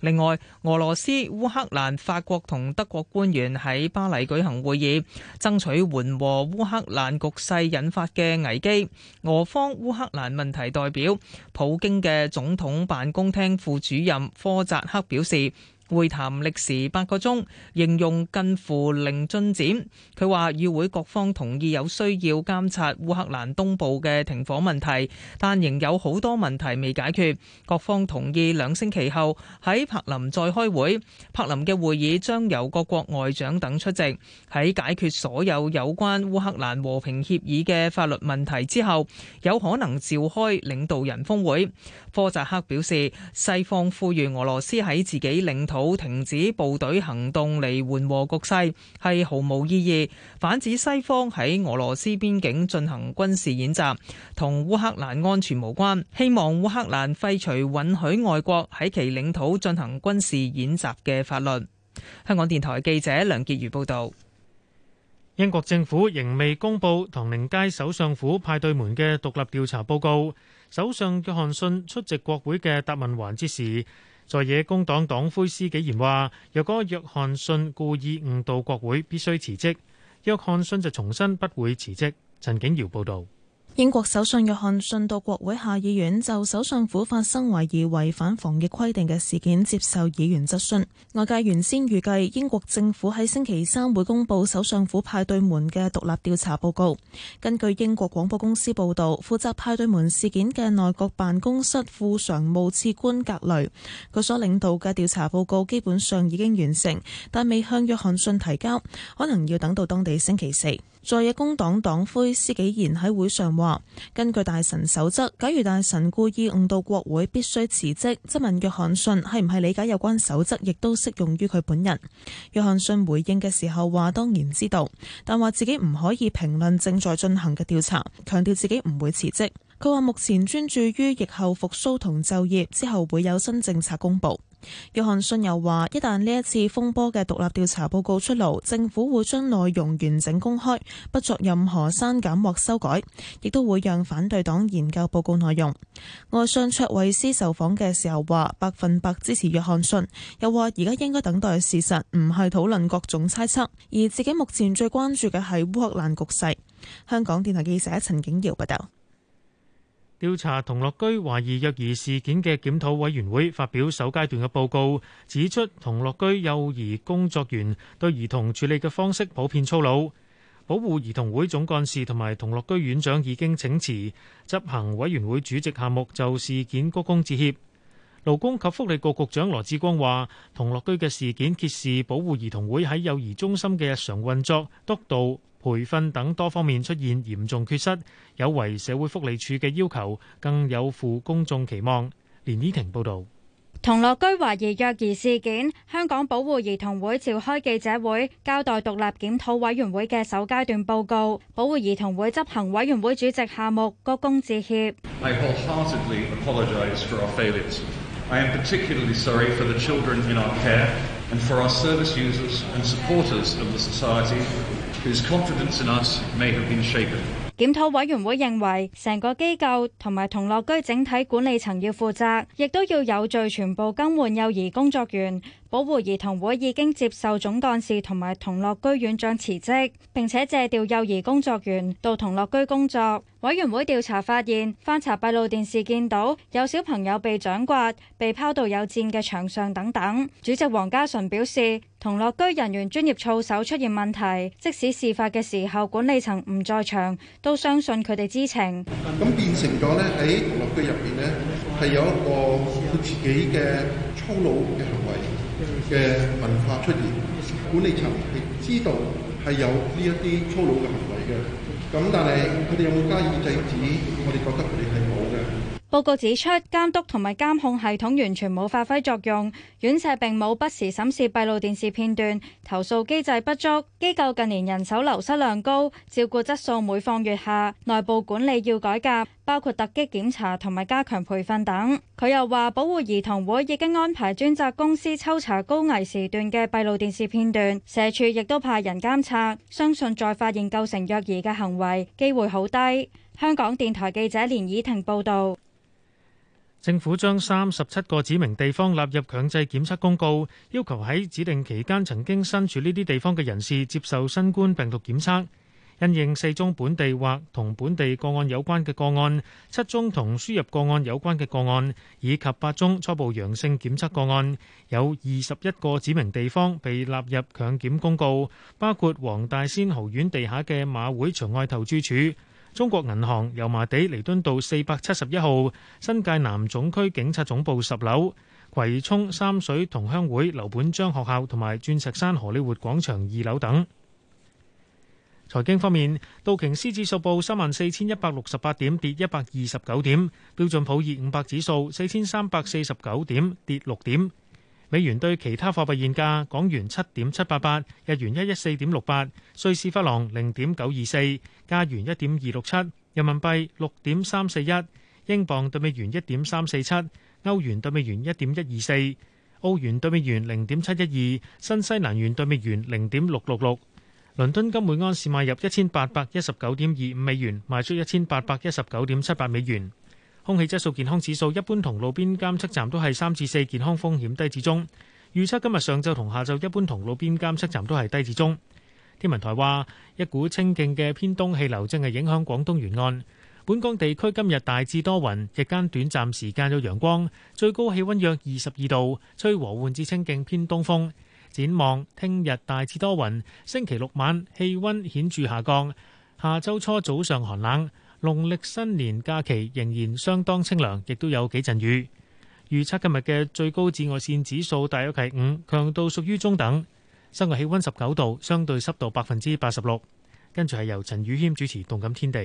另外，俄羅斯、烏克蘭、法國同德國官員喺巴黎舉行會議，爭取緩和烏克蘭局勢引發嘅危機。俄方烏克蘭問題代表普京嘅總統辦公廳副主任科扎克表示，會談歷時8個鐘，形容近乎零進展。佢話與會各方同意有需要監察烏克蘭東部嘅停火問題，但仍有好多問題未解決。各方同意2星期後喺柏林再開會。柏林嘅會議將由各國外長等出席。喺解決所有有關烏克蘭和平協議嘅法律問題之後，有可能召開領導人峰會。科扎克表示，西方呼籲俄羅斯喺自己領土停止部隊行動嚟緩和局勢係毫無意義，反指西方喺俄羅斯邊境進行軍事演習同烏克蘭安全無關，希望烏克蘭廢除允許外國喺其領土進行軍事演習嘅法律。香港電台記者梁潔如報導。 英國政府仍未公布唐寧街首相府派對門嘅獨立調查報告。首相約翰遜出席國會嘅答問環節時，在野工黨黨魁施紀賢話：若果約翰遜故意誤導國會，必須辭職。約翰遜就重申不會辭職。陳景堯報導。 英國首相約翰遜到國會下議院就首相府發生懷疑違反防疫規定嘅事件接受議員質詢。外界原先預計英國政府喺星期3會公布首相府派對門嘅獨立調查報告。根據英國廣播公司報導，負責派對門事件嘅內閣辦公室副常務次官格雷，佢所領導嘅調查報告基本上已經完成，但未向約翰遜提交，可能要等到當地星期4。在野工黨黨魁施紀賢喺會上話，根據大臣守則，假如大臣故意誤導國會，必須辭職。質問約翰遜係唔係理解有關守則，亦都適用於佢本人。約翰遜回應嘅時候話，當然知道，但話自己唔可以評論正在進行嘅調查，強調自己唔會辭職。佢話目前專注於疫後復甦同就業，之後會有新政策公佈。約翰遜又話，一旦呢一次風波嘅獨立調查報告出爐，政府會將內容完整公開，不作任何刪減或修改，亦都會讓反對黨研究報告內容。外相卓慧斯受訪嘅時候話，100%支持約翰遜，又話而家應該等待事實，唔係討論各種猜測，而自己目前最關注嘅係烏克蘭局勢。香港電台記者陳景堯報道。 調查同樂居懷疑虐兒事件嘅檢討委員會發表首階段嘅報告，指出同樂居幼兒工作員對兒童處理嘅方式普遍粗魯。保護兒童會總幹事同埋同樂居院長已經請辭，執行委員會主席夏目就事件鞠躬致歉。勞工及福利局局長羅致光話，同樂居嘅事件揭示保護兒童會喺幼兒中心嘅日常運作、督導、培訓等多方面出現嚴重缺失，有違社會福利署嘅要求，更有負公眾期望。連依婷報導。 同樂居懷疑虐兒事件，香港保護兒童會召開記者會，交代獨立檢討委員會嘅首階段報告。保護兒童會執行委員會主席夏目鞠躬致歉。 I wholeheartedly apologize for our failures. I am particularly sorry for the children in our care and for our service users and supporters of the society whose confidence in us may have been shaken. 檢討委員會認為，成個機構同埋同樂居整體管理層要負責，亦都要有序全部更換幼兒工作員。保護兒童會已經接受總幹事同埋同樂居院長辭職，並且借調幼兒工作員到同樂居工作。委員會調查發現，翻查閉路電視見到有小朋友被掌摑、被拋到有箭嘅牆上等等。主席黃家純表示，同樂居人員專業操守出現問題，即使事發嘅時候管理層唔在場，都相信佢哋知情。 咁變成咗呢，喺同樂居入邊呢，係有一個佢自己嘅粗魯嘅行為嘅文化出現，管理層係知道係有呢一啲粗魯嘅行為嘅，咁但係佢哋有冇加以制止？我哋覺得佢哋係冇嘅。 報告指出，監督同埋監控系統完全冇發揮作用，院舍並冇不時審視閉路電視片段，投訴機制不足，機構近年人手流失量高，照顧質素每況愈下，內部管理要改革，包括突擊檢查同埋加強培訓等。佢又話，保護兒童會已經安排專責公司抽查高危時段嘅閉路電視片段，社署亦都派人監察，相信再發現構成虐兒嘅行為機會好低。香港電台記者連以婷報導。 政府將37個指明地方納入強制檢測公告，要求喺指定期間曾經身處呢啲地方嘅人士接受新冠病毒檢測。因應4宗本地或同本地個案有關嘅個案、7宗同輸入個案有關嘅個案，以及8宗初步陽性檢測個案，有21個指明地方被納入強檢公告，包括黃大仙豪苑地下嘅馬會場外投注處、中國銀行油麻地彌敦道471號、新界南總區警察總部10樓、葵涌三水同鄉會劉本章學校同埋鑽石山荷里活廣場2樓等。財經方面，道瓊斯指數報34,168點，跌129點；標準普爾500指數4,349點，跌6點。美元對其他貨幣現價：港元7.788，日元114.68，瑞士法郎0.924，加元1.267，人民幣6.341，英鎊對美元1.347，歐元對美元1.124，澳元對美元0.712，新西蘭元對美元0.666。倫敦金每安士買入1819.25美元，賣出1819.78美元。空氣質素健康指數一般同路邊監測站都係3至4，健康風險低至中。預測今日上晝同下晝一般同路邊監測站都係低至中。天文台話，一股清勁嘅偏東氣流正係影響廣東沿岸。本港地區今日大致多雲，日間短暫時間有陽光，最高氣溫約22度，吹和緩至清勁偏東風。展望聽日大致多雲，星期六晚氣溫顯著下降，下周初早上寒冷，農曆新年假期仍然相當清涼，亦都有幾陣雨。預測今日嘅最高紫外線指數大約係5，強度屬於中等。室外氣溫19度，相對濕度86%。跟住係由陳宇謙主持《動感天地》。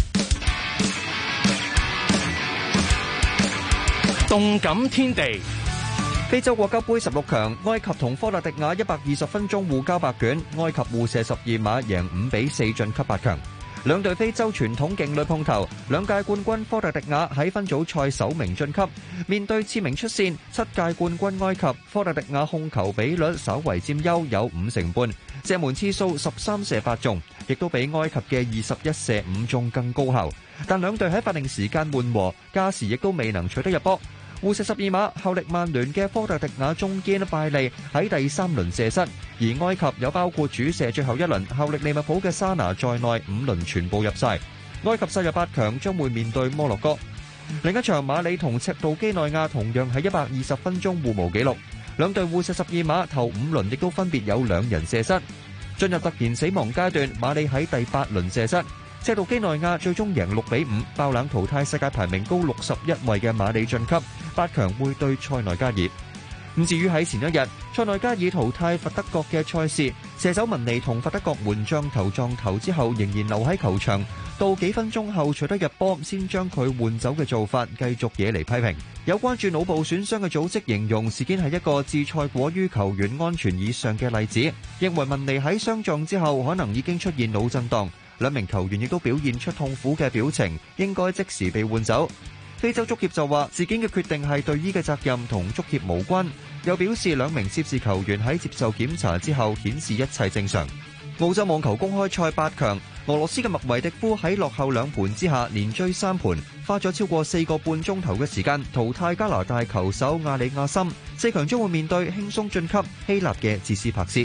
動感天地。非洲國家盃16強，埃及同科特迪瓦120分鐘互交白卷，埃及互射12碼贏5-4晉級8強。兩隊非洲傳統勁旅碰頭，兩屆冠軍科特迪瓦喺分組賽首名晉級，面對次名出線7屆冠軍埃及，科特迪瓦控球比率稍為佔優，有5成半，射門次數13射8中，亦都比埃及嘅21射5中更高效。但兩隊喺法定時間悶和，加時亦都未能取得入波。互射12碼，效力曼聯嘅科特迪瓦中堅拜利喺第3輪射失，而埃及有包括主射最後一輪效力利物浦嘅沙拿在內5輪全部入晒。埃及殺入8強，將會面對摩洛哥。另一場馬里同赤道幾內亞同樣喺120分鐘互無紀錄，兩隊互射12碼，頭5輪亦都分別有2人射失。進入突然死亡階段，馬里喺第8輪射失。赤道幾內亞最終贏6-5，爆冷淘汰世界排名高61位嘅馬里晉級8強，會對塞內加爾。咁至於喺前一日，塞內加爾淘汰佛得角嘅賽事，射手文尼同佛得角門將頭撞頭之後，仍然留喺球場，到幾分鐘後取得入波，先將佢換走嘅做法，繼續惹嚟批評。有關注腦部損傷嘅組織形容事件係一個置賽果於球員安全以上嘅例子，認為文尼喺相撞之後可能已經出現腦震盪。兩名球員亦都表現出痛苦嘅表情，應該即時被換走。非洲足協就話事件嘅決定係隊醫嘅責任，同足協無關，又表示兩名涉事球員喺接受檢查之後顯示一切正常。澳洲網球公開賽8強，俄羅斯嘅麥維迪夫喺落後2盤之下連追3盤，花咗超過4個半鐘頭嘅時間淘汰加拿大球手亞里亞森，4強將會面對輕鬆晉級希臘嘅捷斯帕斯。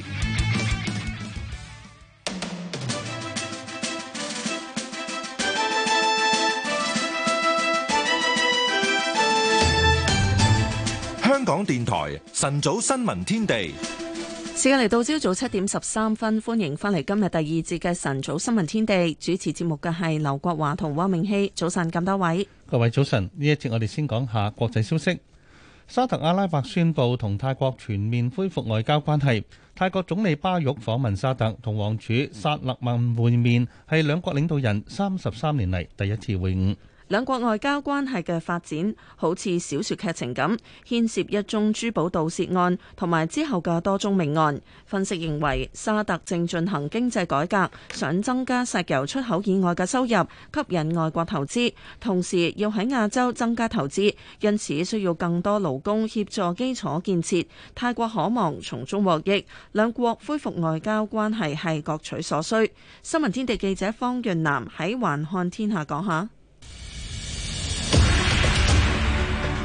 香港電台晨早新聞天地， 時間嚟到朝早7點13分，歡迎翻嚟今日第2節嘅晨早新聞天地，主持節目嘅係劉國華同汪明熙。早晨咁多位， 各位早晨。呢一節我哋先講下國際消息。沙特阿拉伯宣布同泰國全面恢復外交關係。泰國總理巴育訪問沙特，同王儲薩勒曼會面，係兩國領導人33年嚟第一次會晤。 兩國外交關係嘅發展好似小說劇情咁，牽涉一宗珠寶盜竊案同埋之後嘅多宗命案。分析認為，沙特正進行經濟改革，想增加石油出口以外嘅收入，吸引外國投資，同時要喺亞洲增加投資，因此需要更多勞工協助基礎建設。泰國可望從中獲益，兩國恢復外交關係係各取所需。新聞天地記者方潤南喺環看天下講下。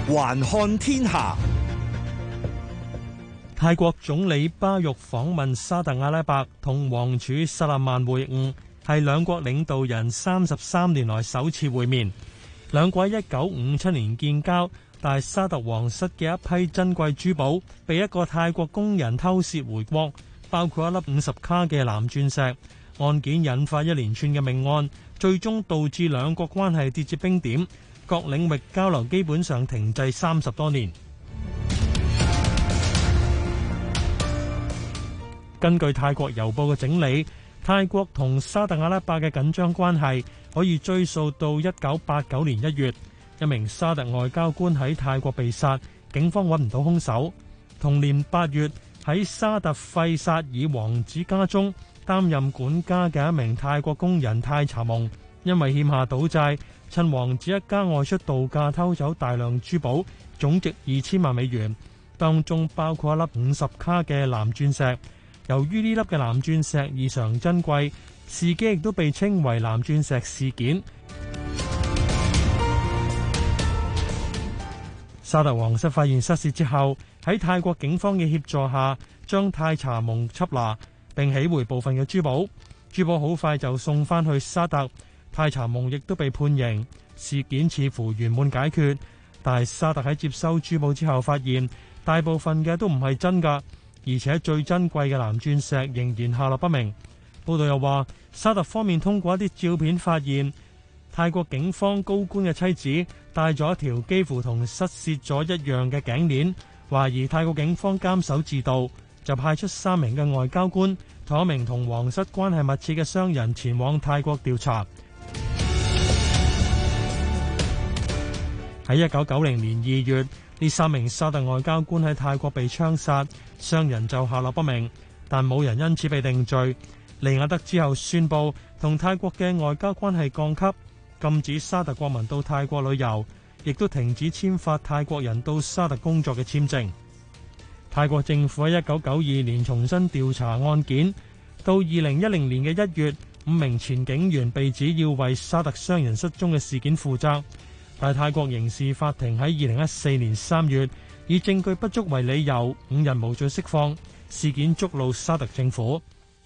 環看天下。 泰國總理巴育訪問沙特阿拉伯，同王儲薩勒曼會晤，係兩國領導人33年來首次會面。兩國喺1957年建交，但沙特皇室嘅一批珍貴珠寶被一個泰國工人偷竊回國，包括一粒50卡嘅藍鑽石。案件引發一連串嘅命案，最終導致兩國關係跌至冰點，各領域交流基本上停滯30多年。根據泰國郵報嘅整理，泰國同沙特阿拉伯嘅緊張關係可以追溯到1989年1月，一名沙特外交官喺泰國被殺，警方揾唔到兇手。同年8月，喺沙特費薩爾王子家中擔任管家嘅一名泰國工人泰查蒙，因為欠下賭債，趁王子一家外出度假偷走大量珠寶，總值2000萬美元，當中包括一粒50卡嘅藍鑽石。由於呢粒嘅藍鑽石異常珍貴，事件亦都被稱為藍鑽石事件。沙特皇室發現失竊之後，喺泰國警方嘅協助下，將泰查蒙緝拿並起回部分嘅珠寶。珠寶好快就送翻去沙特，泰查蒙亦都被判刑。事件似乎圓滿解決，但係沙特喺接收珠寶之後發現，大部分嘅都唔係真㗎。而且最珍貴嘅藍鑽石仍然下落不明。報道又話，沙特方面通過一啲照片發現，泰國警方高官嘅妻子戴咗一條幾乎同失竊咗一樣嘅頸鏈，懷疑泰國警方監守自盜，就派出3名嘅外交官同一名同皇室關係密切嘅商人前往泰國調查。喺1990年2月，呢3名沙特外交官喺泰國被槍殺，商人就下落不明，但冇人因此被定罪。利雅得之後宣布同泰國嘅外交關係降級，禁止沙特國民到泰國旅遊，亦都停止簽發泰國人到沙特工作嘅簽證。泰國政府喺1992年重新調查案件，到2010年嘅1月，5名前警員被指要為沙特商人失蹤嘅事件負責。但泰國刑事法庭喺2014年3月以證據不足為理由，5人無罪釋放。事件觸怒沙特政府。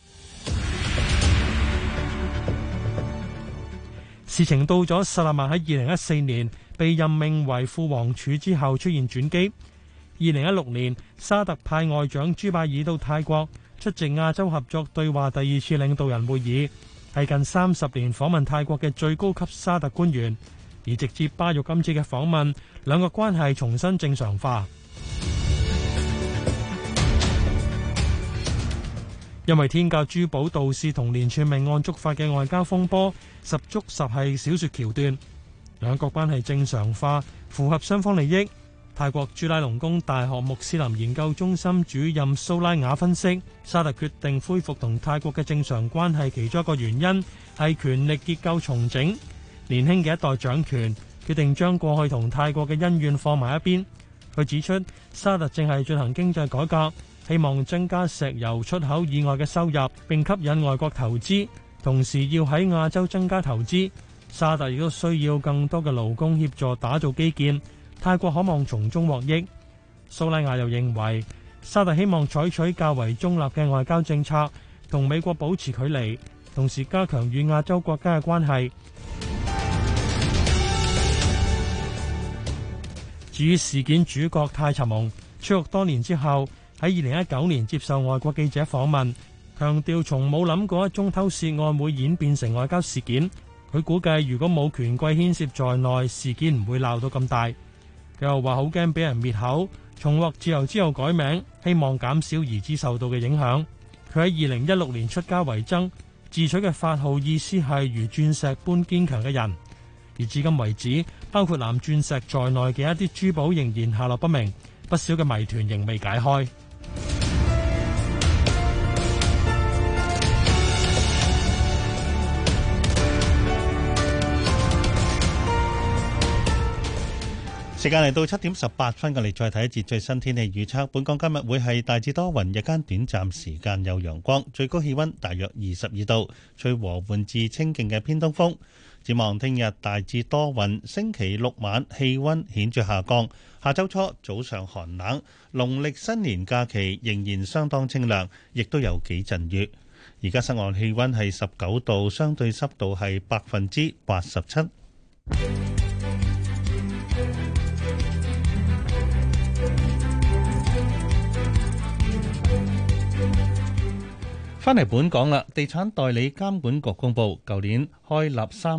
事情到咗薩勒曼喺2014年被任命為副王儲之後出現轉機。2016年，沙特派外長朱拜爾到泰國出席亞洲合作對話第2次領導人會議，係近30年訪問泰國嘅最高級沙特官員。而直至巴育今次嘅訪問，兩個關係重新正常化。因為天價珠寶盜竊同連串命案觸發嘅外交風波，十足十係小說橋段。兩國關係正常化，符合雙方利益。泰國朱拉隆功大學穆斯林研究中心主任蘇拉雅分析，沙特決定恢復同泰國嘅正常關係，其中一個原因係權力結構重整。年輕嘅一代掌權，決定將過去同泰國嘅恩怨放埋一邊。佢指出，沙特正係進行經濟改革，希望增加石油出口以外嘅收入，並吸引外國投資，同時要喺亞洲增加投資。沙特亦都需要更多嘅勞工協助打造基建，泰國可望從中獲益。蘇拉雅又認為，沙特希望採取較為中立嘅外交政策，同美國保持距離，同時加強與亞洲國家嘅關係。至於事件主角泰查蒙出獄多年之後，喺2019年接受外國記者訪問，強調從冇諗過一宗偷竊案會演變成外交事件。佢估計如果冇權貴牽涉在內，事件唔會鬧到咁大。佢又話好驚俾人滅口，重獲自由之後改名，希望減少兒子受到嘅影響。佢喺2016年出家為僧，自取嘅法號意思係如鑽石般堅強嘅人。而至今為止，包括藍鑽石在內嘅一啲珠寶仍然下落不明，不少嘅謎團仍未解開。 時間嚟到7點18分，我哋再睇一節最新天氣預測。本港今日會係大致多雲，日間短暫時間有陽光，最高氣溫大約22度，吹和緩至清勁嘅偏東風。 展望聽日大致多雲，星期六晚氣溫顯著下降，下週初早上寒冷，農曆新年假期仍然相當清涼，亦都有幾陣雨。而家室外氣溫係19度，相對濕度係87%。翻嚟本港啦，地產代理監管局公佈，舊年開立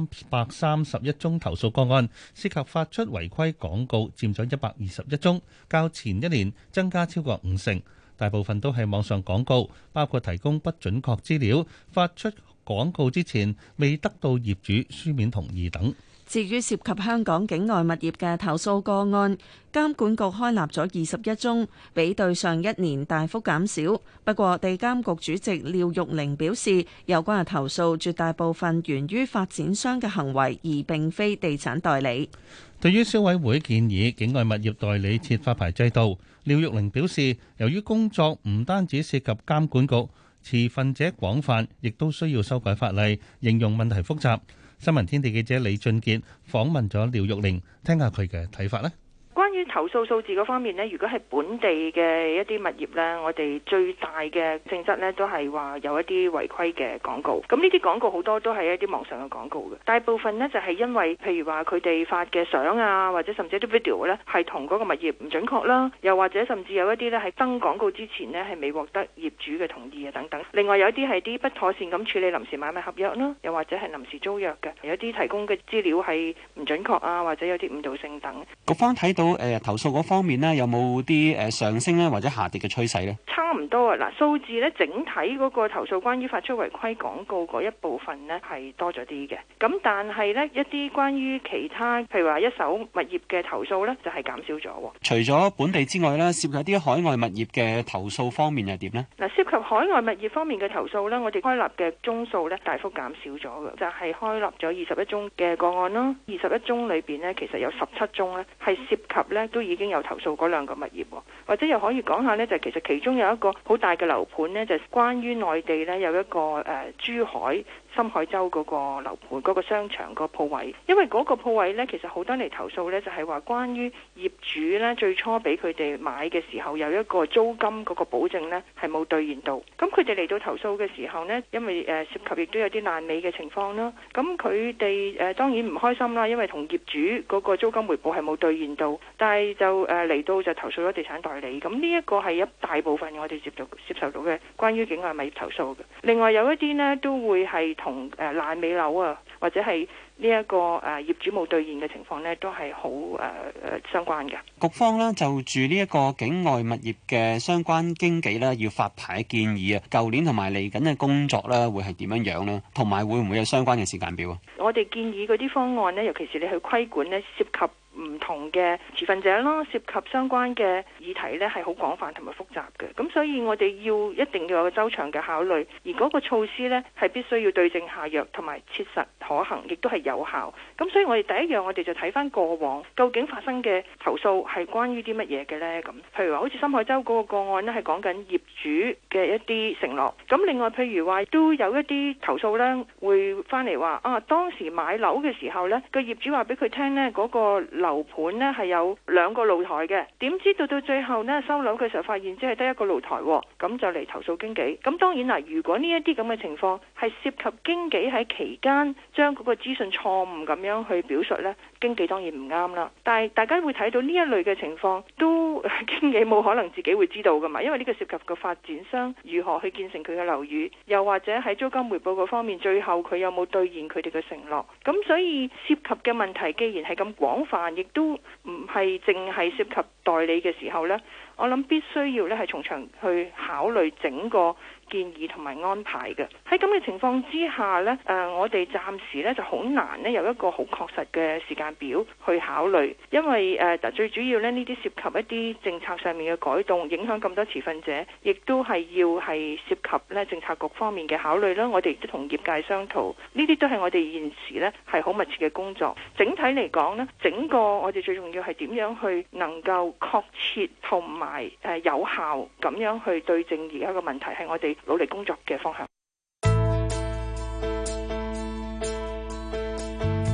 331宗投訴個案，涉及發出違規廣告佔咗121宗，較前一年增加超過50%，大部分都係網上廣告，包括提供不準確資料、發出廣告之前未得到業主書面同意等。 至於涉及香港境外物業嘅投訴個案，監管局開立咗21宗，比對上一年大幅減少。不過，地監局主席廖玉玲表示，有關嘅投訴絕大部分源於發展商嘅行為，而並非地產代理。 對於消委會建議境外物業代理設發牌制度，廖玉玲表示，由於工作唔單止涉及監管局，持份者廣泛，亦都需要修改法例，形容問題複雜。新聞天地記者李俊傑訪問咗廖玉玲，聽下佢嘅睇法呢。 關於投訴數字嗰方面呢，如果係本地嘅一啲物業呢，我哋最大嘅性質呢都係話有一啲違規嘅廣告。咁呢啲廣告好多都係一啲網上嘅廣告嘅，大部分呢就係因為譬如話佢哋發嘅相啊，或者甚至一啲 video 呢係同嗰個物業唔準確啦，又或者甚至有一啲呢係登廣告之前呢係未獲得業主嘅同意啊等等。另外有一啲係啲不妥善咁處理臨時買賣合約啦，又或者係臨時租約嘅，有啲提供嘅資料係唔準確啊，或者有啲誤導性等。 局方睇到投訴嗰方面呢，有冇啲上升咧或者下跌嘅趨勢呢？ 差唔多啊！嗱，數字呢，整體嗰個投訴關於發出違規廣告嗰一部分呢係多咗啲嘅。咁但係呢，一啲關於其他譬如話一手物業嘅投訴呢，就係減少咗。 除咗本地之外呢，涉及啲海外物業嘅投訴方面又點呢？ 嗱，涉及海外物業方面嘅投訴呢，我哋開立嘅宗數呢大幅減少咗嘅，就係開立咗21宗嘅個案啦。21宗裏邊呢，其實有17宗呢係涉及呢都已經有投訴嗰兩個物業，或者又可以講下呢，就其實其中有一個好大嘅樓盤呢，就係關於內地呢有一個珠海深海洲嗰個樓盤嗰個商場個鋪位，因為嗰個鋪位呢，其實好多嚟投訴呢，就係話關於業主呢最初俾佢哋買嘅時候有一個租金嗰個保證呢係冇兌現到，咁佢哋嚟到投訴嘅時候呢，因為涉及亦都有啲爛尾嘅情況啦，咁佢哋當然唔開心啦，因為同業主嗰個租金回報係冇兌現到，但係就嚟到就投訴咗地產代理，咁呢一個係一大部分我哋接受到嘅關於境外物業投訴嘅。另外有一啲呢都會係同爛尾樓啊，或者係呢一個業主冇兌現嘅情況呢，都係好相關嘅。 局方呢就住呢一個境外物業嘅相關經紀呢，要發牌建議啊，舊年同埋嚟緊嘅工作呢，會係點樣樣呢？同埋會唔會有相關嘅時間表啊？ 我哋建議嗰啲方案呢，尤其是你去規管呢，涉及唔同嘅持份者啦，涉及相關嘅議題呢，係好廣泛同埋複雜嘅。咁所以我哋一定要有個周詳嘅考慮，而嗰個措施呢，係必須要對症下藥，同埋切實可行，亦都係有效。咁所以我哋第一樣，我哋就睇翻過往究竟發生嘅投訴係關於啲乜嘢嘅呢？咁譬如話好似深海洲嗰個個案呢，係講緊業主嘅一啲承諾。咁另外譬如話都有一啲投訴呢，會翻嚟話當時買樓嘅時候呢，個業主話俾佢聽呢，嗰個樓盤呢係有2個露台嘅，點知到最後呢，收樓嘅時候發現只係得1個露台，咁就嚟投訴經紀。咁當然啦，如果呢一啲咁嘅情況係涉及經紀喺期間將嗰個資訊錯誤咁樣去表述呢，經紀當然唔啱啦。但係大家會睇到呢一類嘅情況，都經紀冇可能自己會知道噶嘛，因為呢個涉及個發展商如何去建成佢嘅樓宇，又或者喺租金回報嗰方面，最後佢有冇兌現佢哋嘅承諾。咁所以涉及嘅問題既然係咁廣泛，亦都唔係淨係涉及代理嘅時候呢，我諗必須要呢係從長去考慮整個建議同埋安排嘅。喺咁嘅情況之下呢，我哋暫時呢就好難呢有一個好確實嘅時間表去考慮，因為最主要呢啲涉及一啲政策上面嘅改動，影響咁多持份者，亦都係要係涉及呢政策局方面嘅考慮啦。我哋亦都同業界商討，呢啲都係我哋現時呢係好密切嘅工作。整體嚟講呢，整個我哋最重要係點樣去能夠確切同埋有效咁樣去對症而家個問題，係我哋努力工作嘅方向。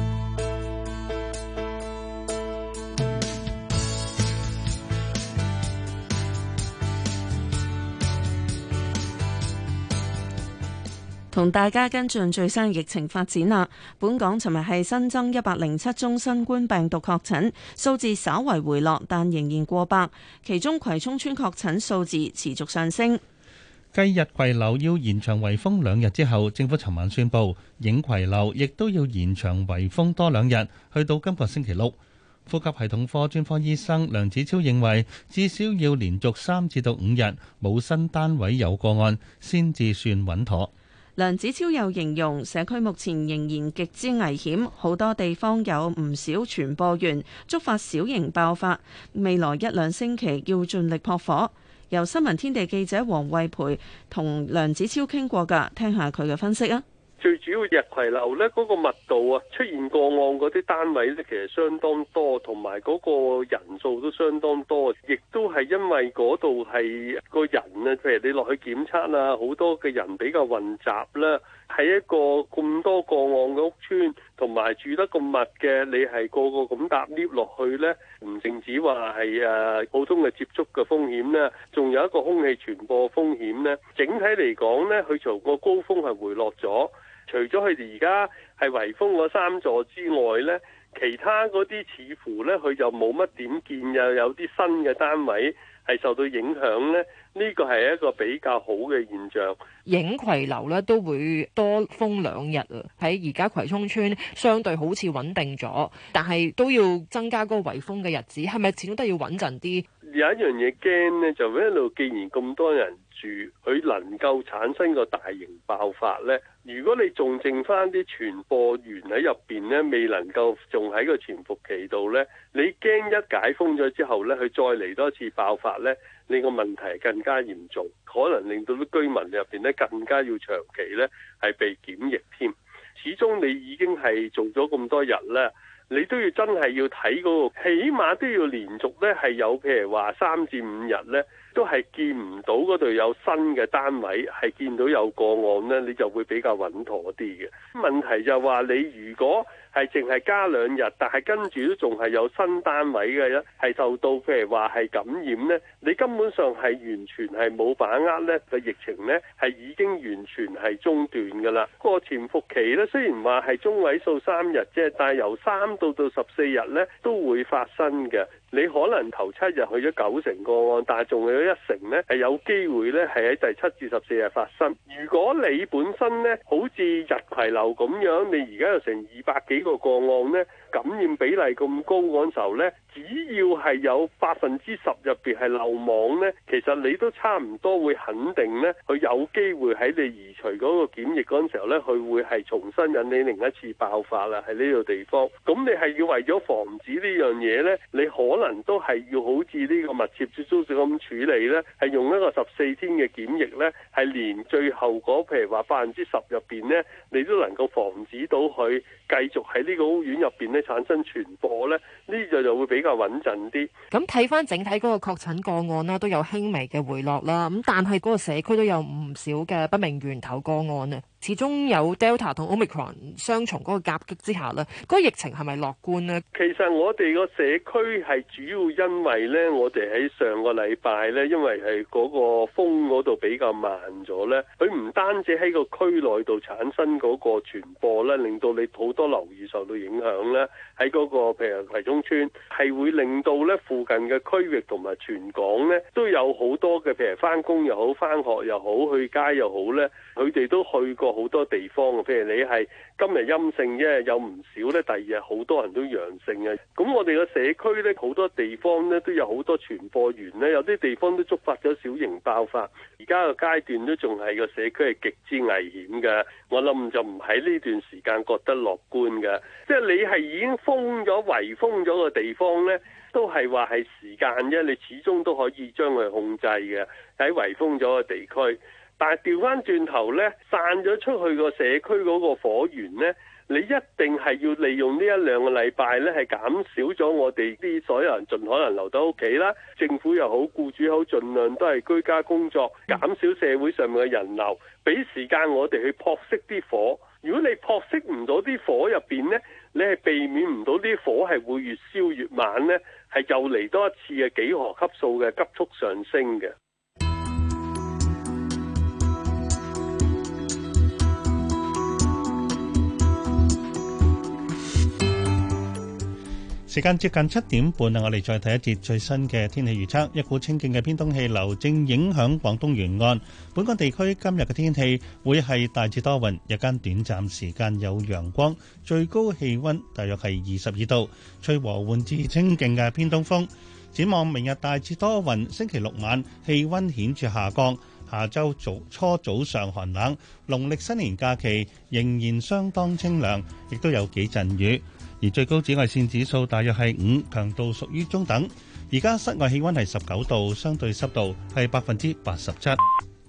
同大家跟進最新疫情發展啦。本港尋日係新增107宗新冠病毒確診，數字稍為回落，但仍然過百。其中葵涌村確診數字持續上升。 繼日葵樓要延長圍封2日之後，政府尋晚宣布影葵樓亦都要延長圍封多2日，去到今個星期六。呼吸系統科專科醫生梁子超認為，至少要連續3至5日冇新單位有個案，先至算穩妥。 梁子超又形容社區目前仍然極之危險，好多地方有唔少傳播源，觸發小型爆發。未來1-2星期要盡力撲火。由新聞天地記者黃慧培同梁子超傾過㗎，聽下佢嘅分析啊。 最主要日葵樓呢嗰個密度啊，出現個案嗰啲單位呢，其實相當多，同埋嗰個人數都相當多，亦都係因為嗰度係個人啊，譬如你落去檢測啊，好多嘅人比較混雜啦，喺一個咁多個案嘅屋邨，同埋住得咁密嘅，你係個個咁搭 lift 落去呢，唔淨止話係普通嘅接觸嘅風險呢，仲有一個空氣傳播風險呢。整體嚟講呢，佢從個高峰係回落咗。除咗佢哋而家係圍封嗰3座之外呢，其他嗰啲似乎呢，佢就冇乜點見，又有啲新嘅單位係受到影響呢。呢個係一個比較好嘅現象。 影葵樓呢都會多封2日啊！喺而家葵涌村相對好似穩定咗，但係都要增加嗰個圍封嘅日子，係咪始終都要穩陣啲？ 有一樣嘢驚呢，就一路既然咁多人住，佢能夠產生個大型爆發呢。如果你仲剩翻啲傳播源喺入邊呢，未能夠仲喺個潛伏期度呢，你驚一解封咗之後呢，佢再嚟多一次爆發呢，你個問題更加嚴重，可能令到啲居民入邊呢更加要長期呢係被檢疫添。始終你已經係做咗咁多日呢，你都要真係要睇嗰個，起碼都要連續呢係有譬如話3至5日呢，都係見唔到嗰度有新嘅單位，係見到有個案呢，你就會比較穩妥啲嘅。問題就係話你如果係淨係加2日，但係跟住都仲係有新單位嘅咧，係受到譬如話係感染呢，你根本上係完全係冇把握呢個疫情呢係已經完全係中斷㗎啦。個潛伏期呢，雖然話係中位數3日啫，但係由3到14日呢都會發生嘅。你可能頭7日去咗90%個案，但係仲有1成呢係有機會呢係喺第7至14日發生。如果你本身呢好似日葵樓咁樣，你而家有成200幾個案呢，感染比例咁高嗰陣時候呢，只要係有10%入邊係漏網呢，其實你都差唔多會肯定呢，佢有機會喺你移除嗰個檢疫嗰陣時候呢，佢會係重新引起另一次爆發啦，喺呢個地方。咁你係要為咗防止呢樣嘢呢，你可能都係要好似呢個密切接觸者咁處理呢，係用一個14天嘅檢疫呢，係連最後嗰譬如話10%入邊呢，你都能夠防止到佢繼續喺呢個屋苑入邊呢產生傳播呢，呢就會比較穩陣啲。 咁睇翻整體嗰個確診個案啦，都有輕微嘅回落啦。咁但係嗰個社區都有唔少嘅不明源頭個案啊。始終有 Delta 同 Omicron 雙重嗰個夾擊之下咧，嗰個疫情係咪樂觀呢？ 其實我哋個社區係主要因為呢，我哋喺上個禮拜呢，因為係嗰個封嗰度比較慢咗呢，佢唔單止喺個區內度產生嗰個傳播呢，令到你好多樓宇受到影響呢，喺嗰個譬如葵涌村係會令到呢附近嘅區域同埋全港呢都有好多嘅譬如返工又好、返學又好、去街又好呢，佢哋都去過好多地方嘅。譬如你係今日陰性啫，有唔少呢，第二日好多人都陽性嘅。咁我哋個社區呢，好多地方呢都有好多傳播源呢，有啲地方都觸發咗小型爆發。而家個階段都仲係個社區係極之危險嘅。我諗就唔喺呢段時間覺得樂觀嘅，即係你係已經封咗、圍封咗個地方呢，都係話係時間啫。你始終都可以將佢控制嘅喺圍封咗個地區。但係調翻轉頭呢，散咗出去個社區嗰個火源呢，你一定係要利用呢1-2個禮拜呢，係減少咗我哋啲所有人盡可能留到屋企啦。政府又好，僱主好，盡量都係居家工作，減少社會上面嘅人流，俾時間我哋去撲熄啲火。如果你撲熄唔到啲火入邊呢，你係避免唔到啲火係會越燒越猛呢，係又嚟多一次嘅幾何級數嘅急速上升嘅。 時間接近7點半啦，我哋再睇一節最新嘅天氣預測。一股清勁嘅偏東氣流正影響廣東沿岸，本港地區今日嘅天氣會係大致多雲，日間短暫時間有陽光，最高氣溫大約係22度，吹和緩至清勁嘅偏東風。展望明日大致多雲，星期六晚氣溫顯著下降，下週初早上寒冷，農曆新年假期仍然相當清涼，亦都有幾陣雨。而最高紫外線指數大約係5，強度屬於中等。而家室外氣溫係19度，相對濕度係87%。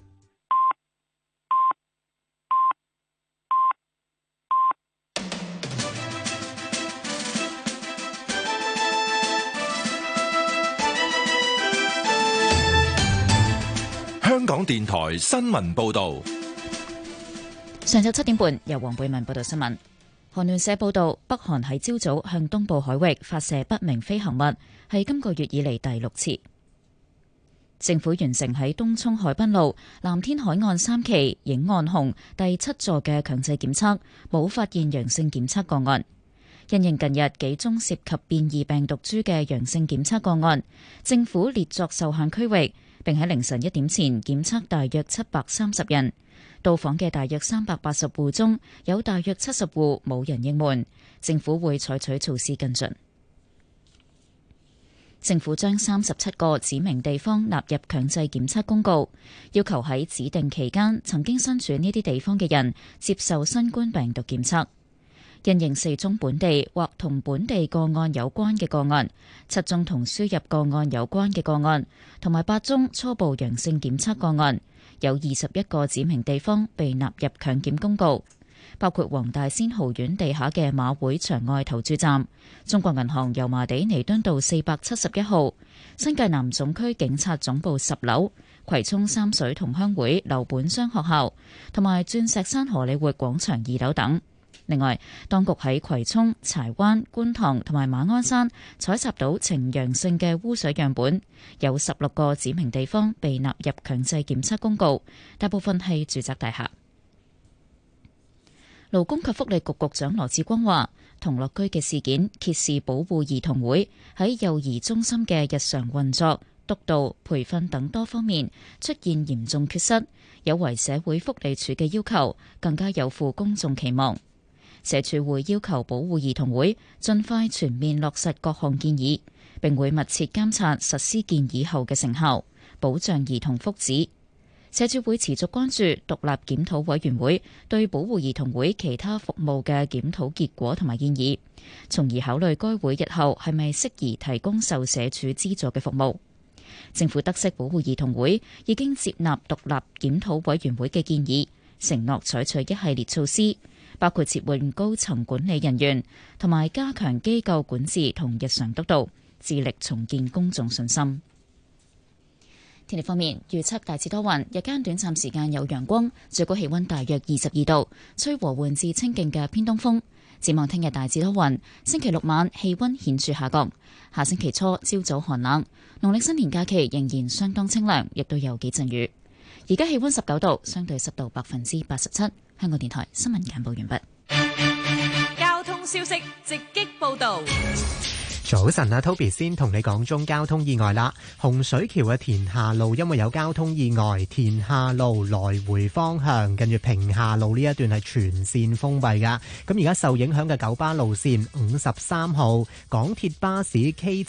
香港電台新聞報道， 上晝7點半，由黃貝文報道新聞。韓聯社報道，北韓喺朝早向東部海域發射不明飛行物，係今個月以嚟第6次。政府完成喺東涌海濱路藍天海岸3期影岸紅第7座嘅強制檢測，冇發現陽性檢測個案。因應近日幾宗涉及變異病毒株嘅陽性檢測個案，政府列作受限區域，並喺凌晨1點前檢測大約730人。到訪嘅大約380戶中，有大約70戶冇人應門，政府會採取措施跟進。政府將37個指明地方納入強制檢測公告，要求喺指定期間曾經身處呢啲地方嘅人接受新冠病毒檢測。因應4宗本地或同本地個案有關嘅個案，7宗同輸入個案有關嘅個案，同埋8宗初步陽性檢測個案，有21個指明地方被納入強檢公告，包括黃大仙豪苑地下嘅馬會場外投注站、中國銀行油麻地彌敦道471號、新界南總區警察總部10樓、葵涌三水同鄉會劉本湘學校，同埋鑽石山荷里活廣場2樓等。另外，當局喺葵涌、柴灣、觀塘同埋馬鞍山採集到呈陽性嘅污水樣本，有16個指明地方被納入強制檢測公告，大部分係住宅大廈。勞工及福利局局長羅致光話，同樂居嘅事件揭示保護兒童會喺幼兒中心嘅日常運作、督導、培訓等多方面出現嚴重缺失，有違社會福利署嘅要求，更加有負公眾期望。社署會要求保護兒童會盡快全面落實各項建議，並會密切監察實施建議後嘅成效，保障兒童福祉。社署會持續關注獨立檢討委員會對保護兒童會其他服務嘅檢討結果同埋建議，從而考慮該會日後係咪適宜提供受社署資助嘅服務。政府得悉保護兒童會已經接納獨立檢討委員會嘅建議，承諾採取一系列措施，包括撤換高層管理人員，同埋加強機構管治同日常督導，致力重建公眾信心。天氣方面，預測大致多雲，日間短暫時間有陽光，最高氣溫大約22度，吹和緩至清勁嘅偏東風。展望聽日大致多雲，星期六晚氣溫顯著下降，下星期初朝早寒冷，農曆新年假期仍然相當清涼，亦都有幾陣雨。而家氣溫19度，相對濕度87%。香港電台新聞簡報完畢。 交通消息直擊報道。 早晨啊 ，Toby 先同你講中交通意外啦。洪水橋嘅田下路因為有交通意外，田下路來回方向近住平下路呢一段係全線封閉噶。咁而家受影響嘅九巴路線53號、港鐵巴士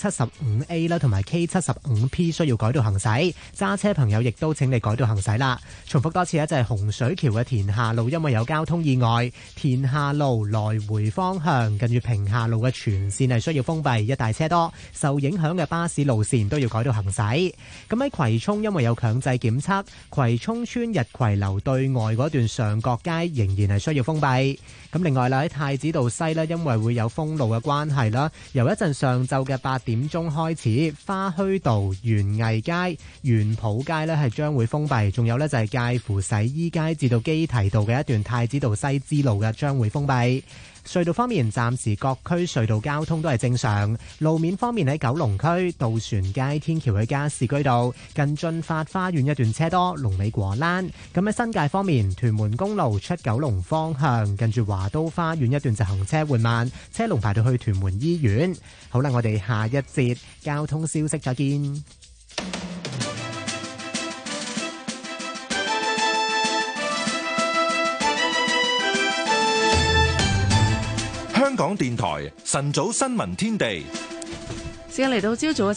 K75A 啦，同埋 K75P 需要改道行駛，揸車朋友亦都請你改道行駛啦。重複多次，就係洪水橋嘅田下路因為有交通意外，田下路來回方向近住平下路嘅全線係需要封閉。一大車多，受影響嘅巴士路線都要改道行駛。咁喺葵涌，因為有強制檢測，葵涌村日葵樓對外嗰段上角街仍然係需要封閉。咁另外啦，喺太子道西呢，因為會有封路嘅關係啦，由一陣上晝嘅8點鐘開始，花墟道、園藝街、園圃街呢係將會封閉。仲有呢，就係介乎洗衣街至到基堤道嘅一段太子道西支路嘅將會封閉。 隧道方面，暫時各區隧道交通都係正常。路面方面喺九龍區渡船街天橋去加士居道近駿發花園一段車多，龍尾果欄。咁喺新界方面，屯門公路出九龍方向近住華都花園一段就行車緩慢，車龍排到去屯門醫院。好啦，我哋下一節交通消息再見。 香港電台晨早新聞天地， 時間嚟到朝早嘅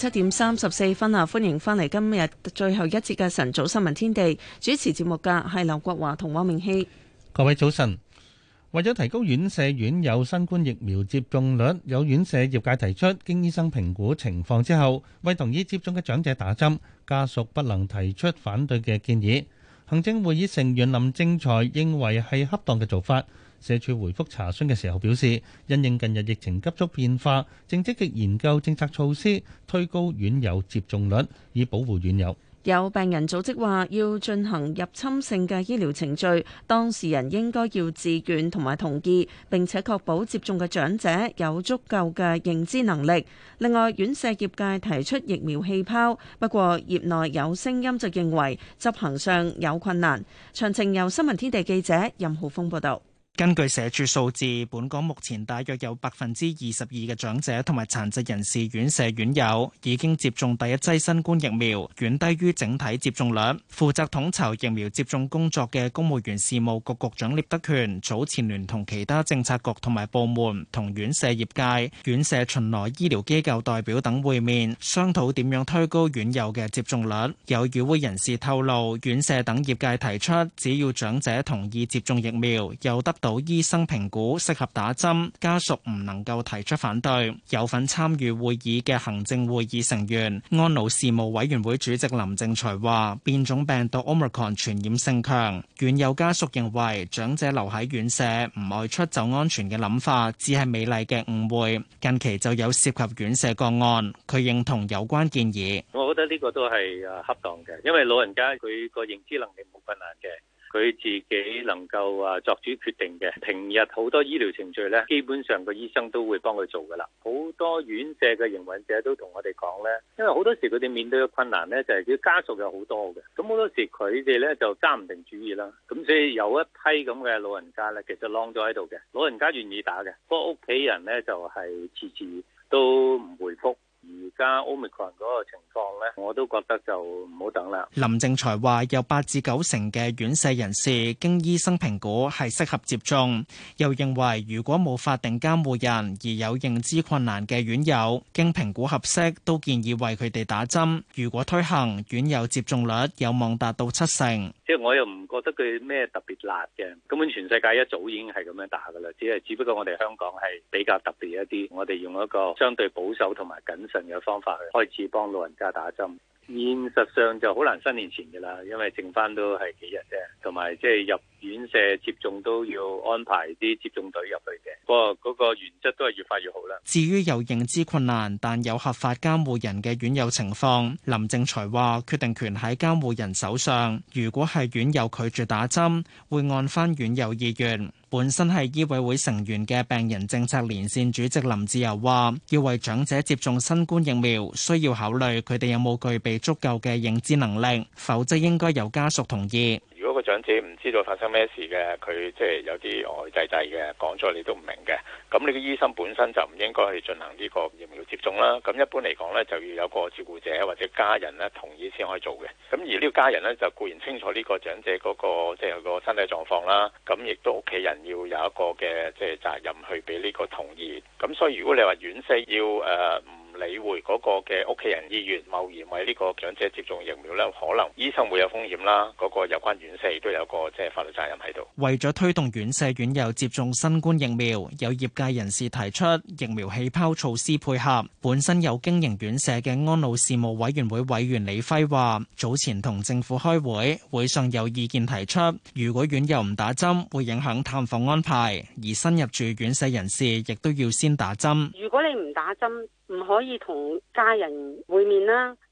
7:34啊！歡迎翻嚟今日最後一節嘅晨早新聞天地，主持節目嘅係劉國華同汪明熙。 各位早晨。為咗提高院舍院友新冠疫苗接種率，有院舍業界提出，經醫生評估情況之後，為同意接種嘅長者打針，家屬不能提出反對嘅建議。行政會議成員林正財認為係恰當嘅做法。社署回覆查詢嘅時候表示，因應近日疫情急速變化，正積極研究政策措施，推高院友接種率，以保護院友。 有病人組織話，要進行入侵性嘅醫療程序，當事人應該要自願同埋同意，並且確保接種嘅長者有足夠嘅認知能力。另外，院舍業界提出疫苗氣泡，不過業內有聲音就認為執行上有困難。詳情由新聞天地記者任浩峰報導。 根據社署數字，本港目前大約有22%嘅長者同埋殘疾人士院舍院友已經接種第一劑新冠疫苗，遠低於整體接種率。負責統籌疫苗接種工作嘅公務員事務局局長聶德權早前聯同其他政策局同埋部門同院舍業界、院舍巡邏醫療機構代表等會面，商討點樣推高院友嘅接種率。有與會人士透露，院舍等業界提出，只要長者同意接種疫苗，又得到醫生評估適合打針，家屬唔能夠提出反對。有份參與會議嘅行政會議成員、安老事務委員會主席林正財話，變種病毒 Omicron 傳染性強，院友家屬認為長者留喺院舍唔外出就安全嘅諗法，只係美麗嘅誤會。近期就有涉及院舍個案，佢認同有關建議。 我覺得呢個都係恰當嘅，因為老人家佢個認知能力冇困難嘅。佢自己能夠作主決定嘅，平日好多醫療程序呢，基本上個醫生都會幫佢做噶啦。好多院舍嘅營運者都同我哋講呢，因為好多時佢哋面對嘅困難呢，就係佢家屬有好多嘅，咁好多時佢哋呢就揸唔定主意啦。咁所以有一批咁嘅老人家呢，其實晾咗喺度嘅，老人家願意打嘅，不過屋企人呢就係遲遲都唔回覆。而家 Omicron 嗰個情況呢，我都覺得就唔好等啦。 林正財話，有8至9成嘅院舍人士經醫生評估係適合接種，又認為如果冇法定監護人而有認知困難嘅院友，經評估合適，都建議為佢哋打針。如果推行，院友接種率有望達到70%。 即係我又唔覺得佢咩特別辣嘅，根本全世界一早已經係咁樣打噶啦，只不過我哋香港係比較特別一啲，我哋用一個相對保守同埋謹慎嘅方法去開始幫老人家打針。現實上就好難新年前嘅啦，因為剩翻都係幾日啫，同埋即係入院舍接種都要安排啲接種隊入去嘅。不過嗰個原則都係越快越好啦。 至於有認知困難但有合法監護人嘅院友情況，林正財話決定權喺監護人手上。如果係院友拒絕打針，會按翻院友意願。本身係醫委會成員嘅病人政策連線主席林志釉話，要為長者接種新冠疫苗，需要考慮佢哋有冇具備足夠嘅認知能力，否則應該由家屬同意。 如果個長者唔知道發生咩事嘅，佢即係有啲呆滯滯嘅，講咗你都唔明嘅，咁你個醫生本身就唔應該去進行呢個疫苗接種啦。咁一般嚟講呢，就要有個照顧者或者家人呢同意先可以做嘅。咁而呢個家人呢，就固然清楚呢個長者嗰個即係個身體狀況啦，咁亦都屋企人要有一個嘅即係責任去俾呢個同意。咁所以如果你話院舍要唔理會嗰個嘅屋企人意願，貿然為呢個長者接種疫苗呢，可能醫生會有風險啦。嗰個有關院舍亦都有個即係法律責任喺度。 為咗推動院舍院友接種新冠疫苗，有業界人士提出疫苗氣泡措施配合。本身有經營院舍嘅安老事務委員會委員李輝話，早前同政府開會，會上有意見提出，如果院友唔打針，會影響探訪安排，而新入住院舍人士亦都要先打針。 如果你唔打針，唔可以同家人會面啦，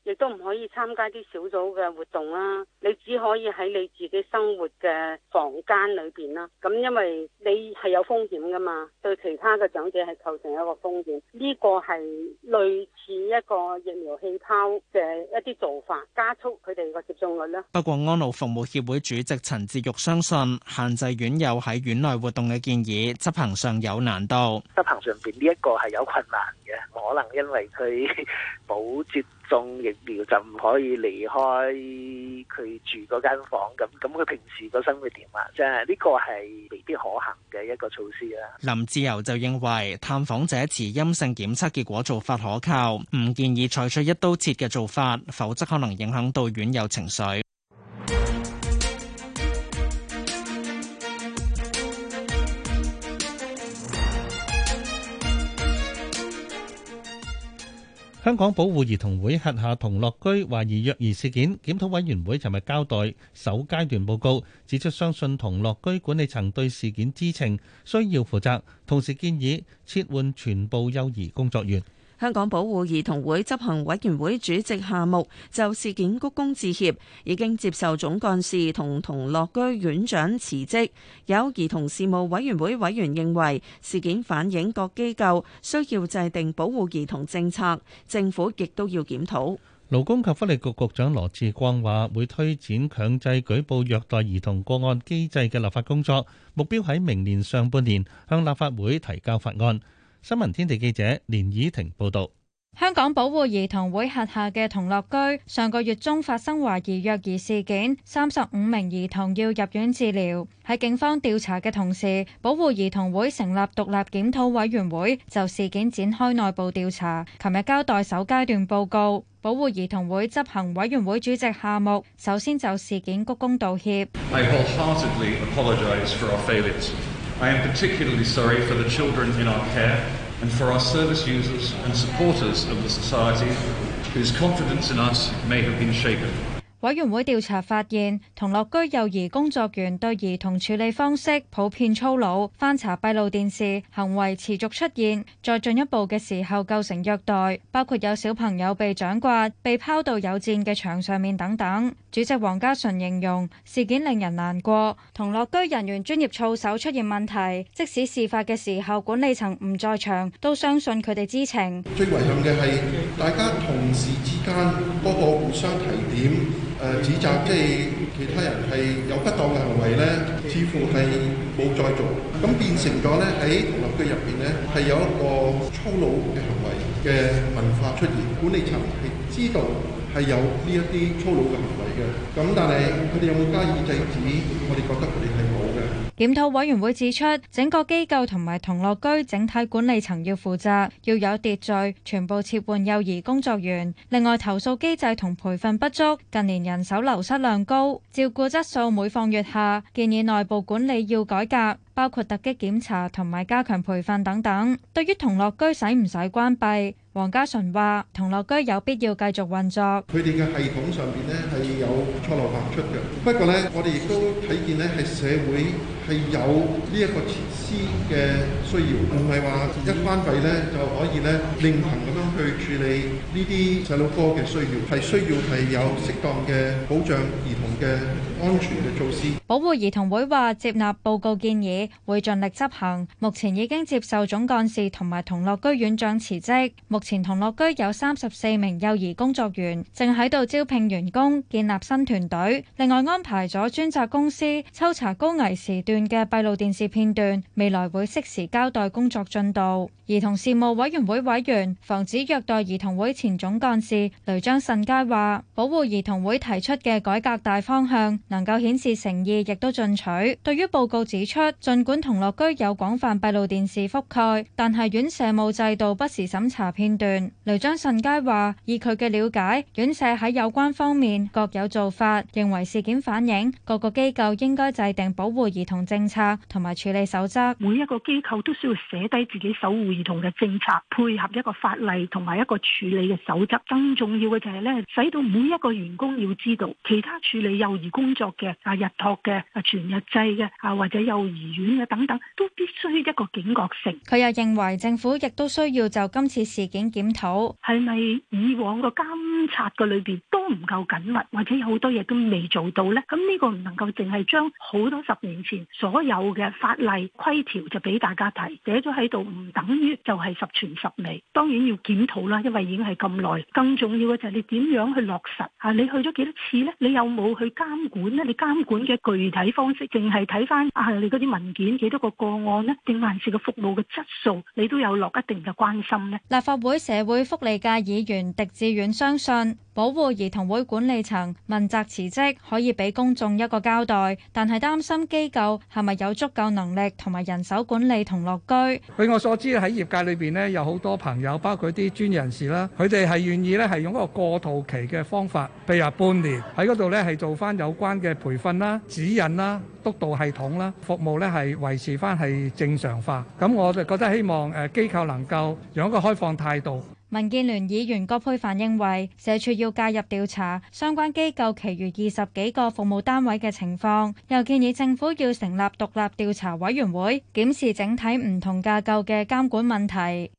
亦都唔可以參加啲小組嘅活動啦。你只可以喺你自己生活嘅房間裏邊啦。咁因為你係有風險噶嘛，對其他嘅長者係構成一個風險。呢個係類似一個疫苗氣泡嘅一啲做法，加速佢哋個接種率啦。 不過安老服務協會主席陳志玉相信，限制院友喺院內活動嘅建議執行上有難度。 執行上邊呢一個係有困難嘅，可能因為佢冇接種疫苗就唔可以離開佢住嗰間房，咁佢平時個生活點啊？即係呢個係未必可行嘅一個措施啦。 林志釉就認為探訪者持陰性檢測結果做法可靠，唔建議採取一刀切嘅做法，否則可能影響到院友情緒。 香港保護兒童會轄下童樂居懷疑虐兒事件檢討委員會尋日交代首階段報告，指出相信童樂居管理層對事件知情，需要負責，同時建議撤換全部幼兒工作員。 香港保護兒童會執行委員會主席夏目就事件鞠躬致歉，已經接受總幹事同童樂居院長辭職。有兒童事務委員會委員認為事件反映各機構需要制定保護兒童政策，政府亦都要檢討。 勞工及福利局局長羅致光話會推展強制舉報虐待兒童個案機制嘅立法工作，目標喺明年上半年向立法會提交法案。新聞天地記者連倚婷報道。 香港保護兒童會轄下嘅童樂居上個月中發生懷疑虐兒事件，35名兒童要入院治療。喺警方調查嘅同時，保護兒童會成立獨立檢討委員會，就事件展開內部調查。琴日交代首階段報告。保護兒童會執行委員會主席夏目首先就事件鞠躬道歉。 I wholeheartedly apologize for our failures. I am particularly sorry for the children in our care and for our service users and supporters of the society whose confidence in us may have been shaken. 委員會調查發現，童樂居幼兒工作員對兒童處理方式普遍粗魯，翻查閉路電視，行為持續出現，再進一步嘅時候構成虐待，包括有小朋友被掌摑、被拋到有箭嘅牆上面等等。主席黃家純形容事件令人難過，童樂居人員專業操守出現問題，即使事發嘅時候管理層唔在場，都相信佢哋知情。 最遺憾嘅係大家同事之間嗰個互相提點。指責即係其他人係有不當嘅行為咧，似乎係冇再做，咁變成咗咧喺童樂居入邊咧係有一個粗魯嘅行為嘅文化出現，管理層係知道係有呢一啲粗魯嘅行為嘅，咁但係佢哋有冇加以制止？我哋覺得佢哋係冇嘅。 檢討委員會指出，整個機構同埋童樂居整體管理層要負責，要有秩序，全部撤換幼兒工作員。另外，投訴機制同培訓不足，近年人手流失量高，照顧質素每況愈下。建議內部管理要改革，包括突擊檢查同埋加強培訓等等。對於童樂居使唔使關閉，黃家純話童樂居有必要繼續運作。 佢哋嘅系統上邊呢係有錯漏百出嘅，不過呢，我哋亦都睇見呢係社會係有呢一個設施嘅需要，唔係話一關閉呢就可以呢另行咁樣去處理呢啲細路哥嘅需要，係需要係有適當嘅保障兒童嘅安全嘅措施。 保護兒童會話接納報告建議，會盡力執行。目前已經接受總幹事同埋童樂居院長辭職。目前童樂居有34名幼兒工作員，正喺度招聘員工，建立新團隊。另外安排咗專責公司抽查高危時段嘅閉路電視片段，未來會適時交代工作進度。兒童事務委員會委員、防止虐待兒童會前總幹事雷張慎佳話，保護兒童會提出嘅改革大方向能夠顯示誠意，亦都進取。對於報告指出，儘管童樂居有廣泛閉路電視覆蓋，但係院舍務制度不時審查片段。雷張慎佳話，以佢嘅了解，院舍喺有關方面各有做法，認為事件反映各個機構應該制定保護兒童政策同埋處理守則。 每一個機構都需要寫低自己守護兒童嘅政策，配合一個法例同埋一個處理嘅守則。更重要嘅就係咧，使到每一個員工要知道，其他處理幼兒工作嘅日託嘅全日制嘅或者幼兒園嘅等等，都必須一個警覺性。 佢又認為政府亦都需要就今次事件檢討， 係咪以往個監察嘅裏邊都唔夠緊密，或者有好多嘢都未做到呢？咁呢個唔能夠淨係將好多10年前所有嘅法例規條就俾大家睇，寫咗喺度唔等於就係十全十美。當然要檢討啦，因為已經係咁耐。更重要嘅就係你點樣去落實啊？你去咗幾多次呢？你有冇去監管呢？你監管嘅具體方式，淨係睇翻你嗰啲文件幾多個個案呢？定還是個服務嘅質素，你都有落一定嘅關心呢？ 立法會社會福利界議員狄志遠相信，保護兒童會管理層問責辭職可以俾公眾一個交代，但係擔心機構係咪有足夠能力同埋人手管理同樂居。 據我所知喺業界裏邊呢，有好多朋友，包括啲專業人士啦，佢哋係願意咧係用一個過渡期嘅方法，譬如話半年喺嗰度咧係做翻有關嘅培訓啦、指引啦、督導系統啦，服務咧係維持翻係正常化。咁我就覺得希望機構能夠用一個開放態度。 民建聯議員葛珮帆認為，社署要介入調查相關機構其餘20幾個服務單位嘅情況，又建議政府要成立獨立調查委員會，檢視整體唔同架構嘅監管問題。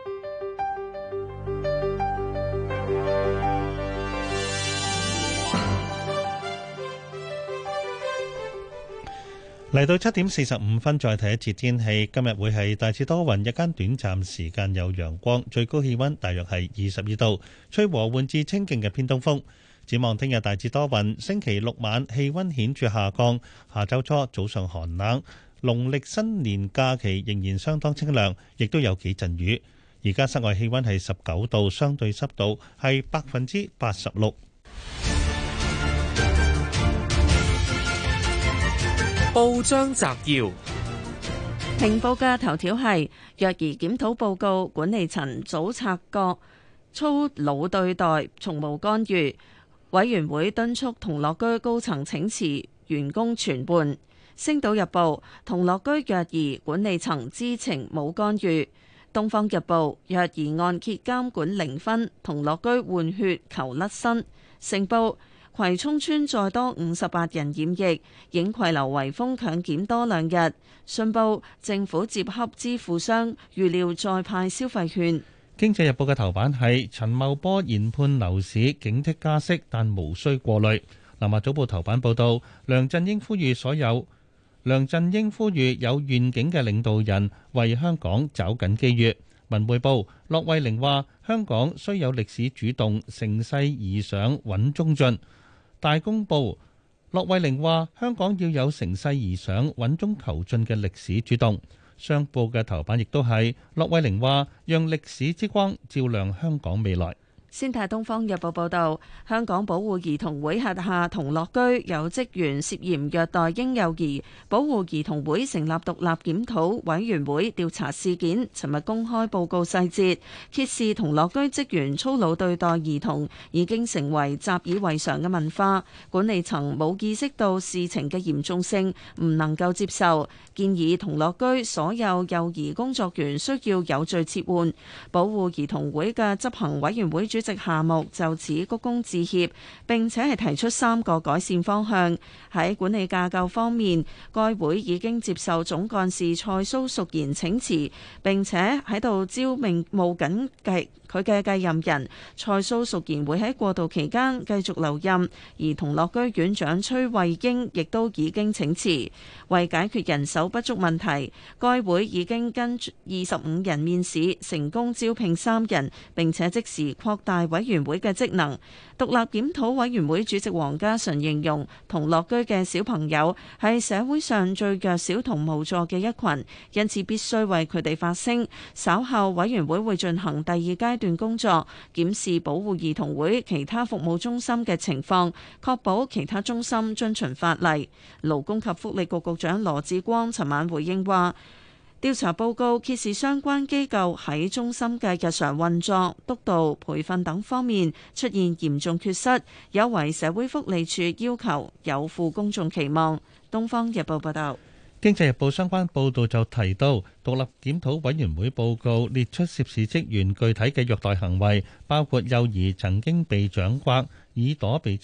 嚟到7點45分，再睇一次天氣。今日會係大致多雲，日間短暫時間有陽光，最高氣溫大約係22度，吹和緩至清勁嘅偏東風。展望聽日大致多雲，星期六晚氣溫顯著下降，下週初早上寒冷，農曆新年假期仍然相當清涼，亦都有幾陣雨。而家室外氣溫係19度，相對濕度係86%。 報章摘要： 明報嘅頭條係虐兒檢討報告，管理層早察覺粗魯對待，從無干預。委員會敦促同樂居高層請辭，員工全換。星島日報：同樂居虐兒管理層知情冇干預。東方日報：虐兒案揭監管零分，同樂居換血求甩身。成報：葵涌村再多58人染疫，影葵樓圍封強檢多2日。信報：政府接洽支付商，預料再派消費券。 經濟日報嘅頭版係陳茂波研判樓市警惕加息，但無需過慮。南華早報頭版報導，梁振英呼籲有願景嘅領導人為香港抓緊機遇。文匯報：駱惠寧話香港需有歷史主動，乘勢而上穩中進。大公報：駱惠寧話香港要有乘勢而上穩中求進嘅歷史主動。商報嘅頭版亦都係駱惠寧話讓歷史之光照亮香港未來。 先睇《東方日報》報導，香港保護兒童會轄下同樂居有職員涉嫌虐待嬰幼兒，保護兒童會成立獨立檢討委員會調查事件，尋日公開報告細節，揭示同樂居職員粗魯對待兒童已經成為習以為常嘅文化，管理層冇意識到事情嘅嚴重性，唔能夠接受，建議同樂居所有幼兒工作員需要有序撤換。保護兒童會嘅執行委員會主席夏目就此鞠躬致歉，並且係提出3個改善方向。喺管理架構方面，該會已經接受總幹事蔡蘇淑賢請辭，並且喺度招募緊佢嘅繼任人。蔡蘇淑賢會喺過渡期間繼續留任，而同樂居院長崔慧英亦都已經請辭。為解決人手不足問題，該會已經跟25人面試，成功招聘3人，並且即時擴大委員會嘅職能。獨立檢討委員會主席黃家純形容同樂居嘅小朋友係社會上最弱小同無助嘅一群，因此必須為佢哋發聲。稍後委員會會進行第2階段工作，檢視保護兒童會其他服務中心嘅情況，確保其他中心遵循法例。勞工及福利局局長羅致光尋晚回應話，調查報告揭示相關機構喺中心嘅日常運作、督導、培訓等方面出現嚴重缺失，有違社會福利署要求，有負公眾期望。《東方日報》報道。 《經濟日報》相關報導就提到，獨立檢討委員會報告列出涉事職員具體嘅虐待行為，包括幼兒曾經被掌摑、耳朵被抽、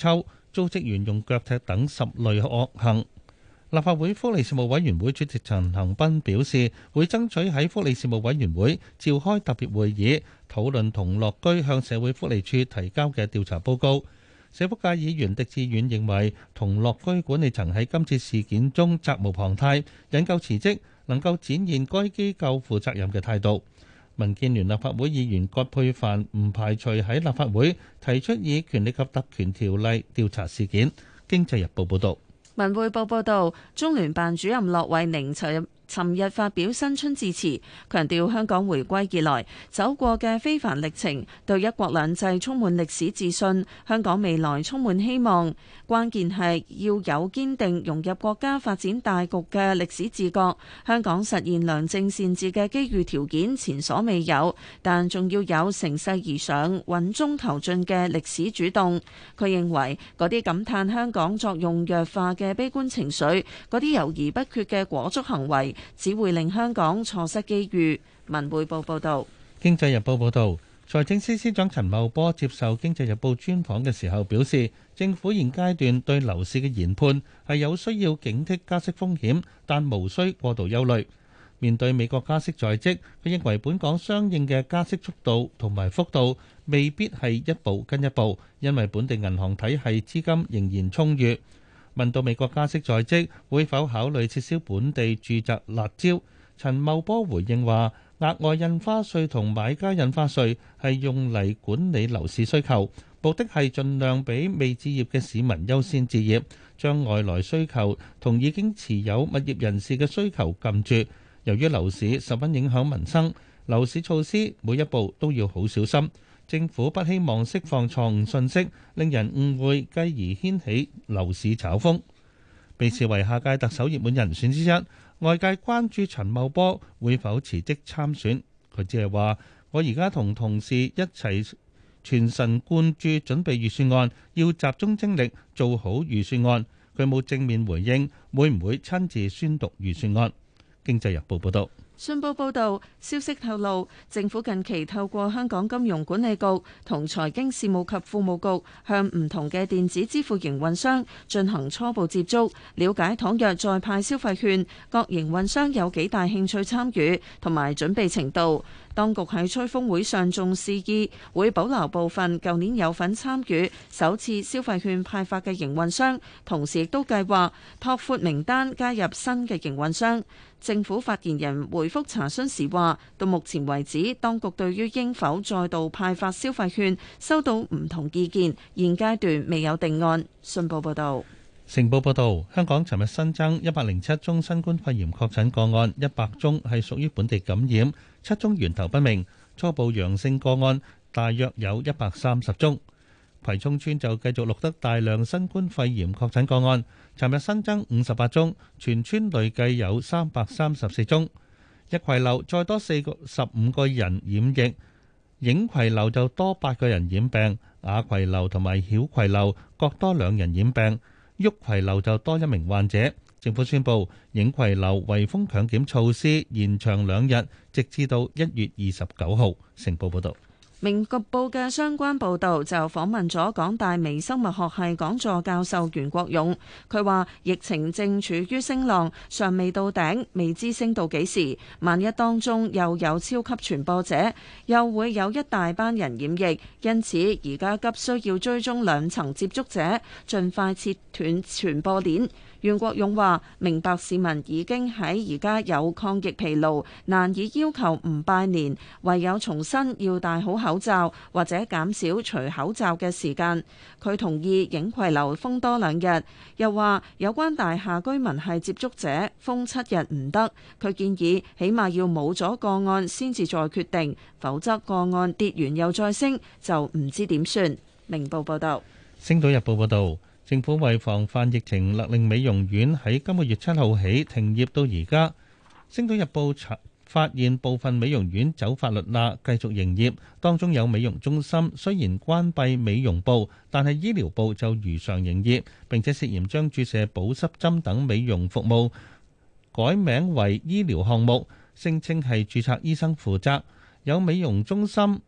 遭職員用腳踢等10類惡行。立法會福利事務委員會主席陳恒鑌表示，會爭取喺福利事務委員會召開特別會議，討論同樂居向社會福利署提交嘅調查報告。社福界議員狄志遠認為，同樂居管理層喺今次事件中責無旁貸，引咎辭職，能夠展現該機構負責任嘅態度。民建聯立法會議員葛珮帆唔排除喺立法會提出以權力及特權條例調查事件。經濟日報報導。 文匯報報道，中聯辦主任駱惠寧尋日發表新春致辭，強調香港回歸以來走過嘅非凡歷程，對一國兩制充滿歷史自信，香港未來充滿希望。關鍵係要有堅定融入國家發展大局嘅歷史自覺，香港實現良政善治嘅機遇條件前所未有，但仲要有乘勢而上、穩中求進嘅歷史主動。佢認為嗰啲感嘆香港作用弱化嘅悲觀情緒，嗰啲猶豫不決嘅裹足行為，只會令香港錯失機遇。文匯報報道。 經濟日報報道，財政司司長陳茂波接受經濟日報專訪嘅時候表示，政府現階段對樓市嘅研判係有需要警惕加息風險，但無需過度憂慮。面對美國加息在即，佢認為本港相應嘅加息速度同埋幅度未必係一步跟一步，因為本地銀行體系資金仍然充裕。問到美國加息在即，會否考慮撤銷本地住宅辣招？陳茂波回應話：額外印花稅同買家印花稅係用嚟管理樓市需求，目的係盡量俾未置業嘅市民優先置業，將外來需求同已經持有物業人士嘅需求撳住。由於樓市十分影響民生，樓市措施每一步都要好小心。政府不希望釋放錯誤信息，令人誤會，繼而掀起樓市炒風。被視為下屆特首熱門人選之一，外界關注陳茂波會否辭職參選。佢只係話：我而家同同事一齊全神貫注準備預算案，要集中精力做好預算案。佢冇正面回應會唔會親自宣讀預算案。經濟日報報道。 信報報導，消息透露，政府近期透過香港金融管理局同財經事務及庫務局向唔同嘅電子支付營運商進行初步接觸，了解倘若再派消費券，各營運商有幾大興趣參與同埋準備程度。當局喺吹風會上仲示意會保留部分舊年有份參與首次消費券派發嘅營運商，同時亦都計劃拓闊名單加入新嘅營運商。政府發言人回覆查詢時話，到目前為止，當局對於應否再度派發消費券收到唔同意見，現階段未有定案。信報報道。 成報報導，香港尋日新增107宗新冠肺炎確診個案，100宗係屬於本地感染，7宗源頭不明，初步陽性個案大約有130宗。葵涌村就繼續錄得大量新冠肺炎確診個案，尋日新增58宗，全村累計有334宗。逸葵樓再多45個人染疫，映葵樓就多8個人染病，雅葵樓同埋曉葵樓各多2人染病，旭葵樓就多1名患者。政府宣布，映葵樓圍封強檢措施延長2日，直至到1月29號。成報報導。 明報嘅相關報導就訪問咗港大微生物學系講座教授袁國勇，佢話疫情正處於升浪，尚未到頂，未知升到幾時。萬一當中又有超級傳播者，又會有一大班人染疫，因此而家急需要追蹤2層接觸者，盡快切斷傳播鏈。袁國勇話：明白市民已經喺而家有抗疫疲勞，難以要求唔拜年，唯有重新要戴好口罩或者減少除口罩嘅時間。佢同意映葵樓封多2日，又話有關大廈居民係接觸者，封7日唔得。佢建議起碼要冇咗個案先至再決定，否則個案跌完又再升，就唔知點算。明報報道。 星島日報報導。政府為防範疫情，勒令美容院喺今個月7號起停業到而家。星島日報發現部分美容院走法律罅，繼續營業，當中有美容中心雖然關閉美容部，但係醫療部就如常營業，並且涉嫌將注射保濕針等美容服務改名為醫療項目，聲稱係註冊醫生負責。有美容中心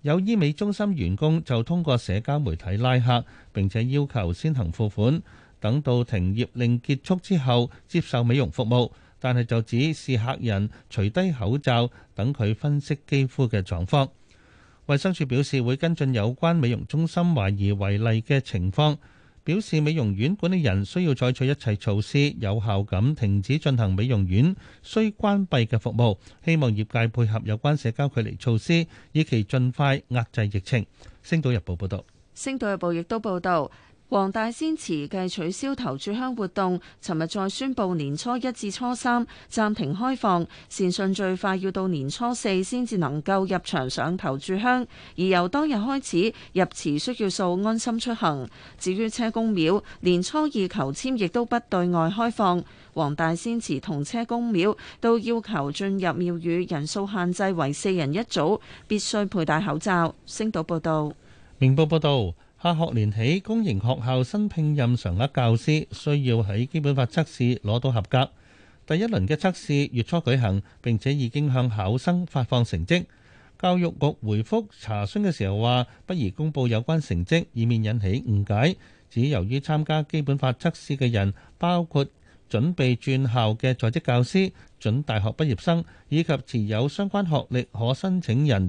有醫美中心員工就通過社交媒體拉客，並且要求先行付款，等到停業令結束之後接受美容服務，但係就指示客人除低口罩，等佢分析肌膚嘅狀況。衛生署表示會跟進有關美容中心懷疑違例嘅情況，表示美容院管理人需要採取一切措施，有效咁停止進行美容院需關閉嘅服務，希望業界配合有關社交距離措施，以期盡快壓制疫情。星島日報報道。 星島日報亦都報導，黃大仙祠繼取消頭炷香活動，尋日再宣布年初一至初三暫停開放，善信最快要到年初四先至能夠入場上頭炷香，而由當日開始入祠需要掃安心出行。至於車公廟，年初二求籤亦都不對外開放，黃大仙祠同車公廟都要求進入廟宇人數限制為4人一組，必須佩戴口罩。星島報道。 明報報導。下學年起，公營學校新聘任常額教師需要喺基本法測試攞到合格。第一輪嘅測試月初舉行，並且已經向考生發放成績。教育局回覆查詢嘅時候話，不宜公佈有關成績，以免引起誤解。指由於參加基本法測試嘅人包括準備轉校嘅在職教師、準大學畢業生以及持有相關學歷可申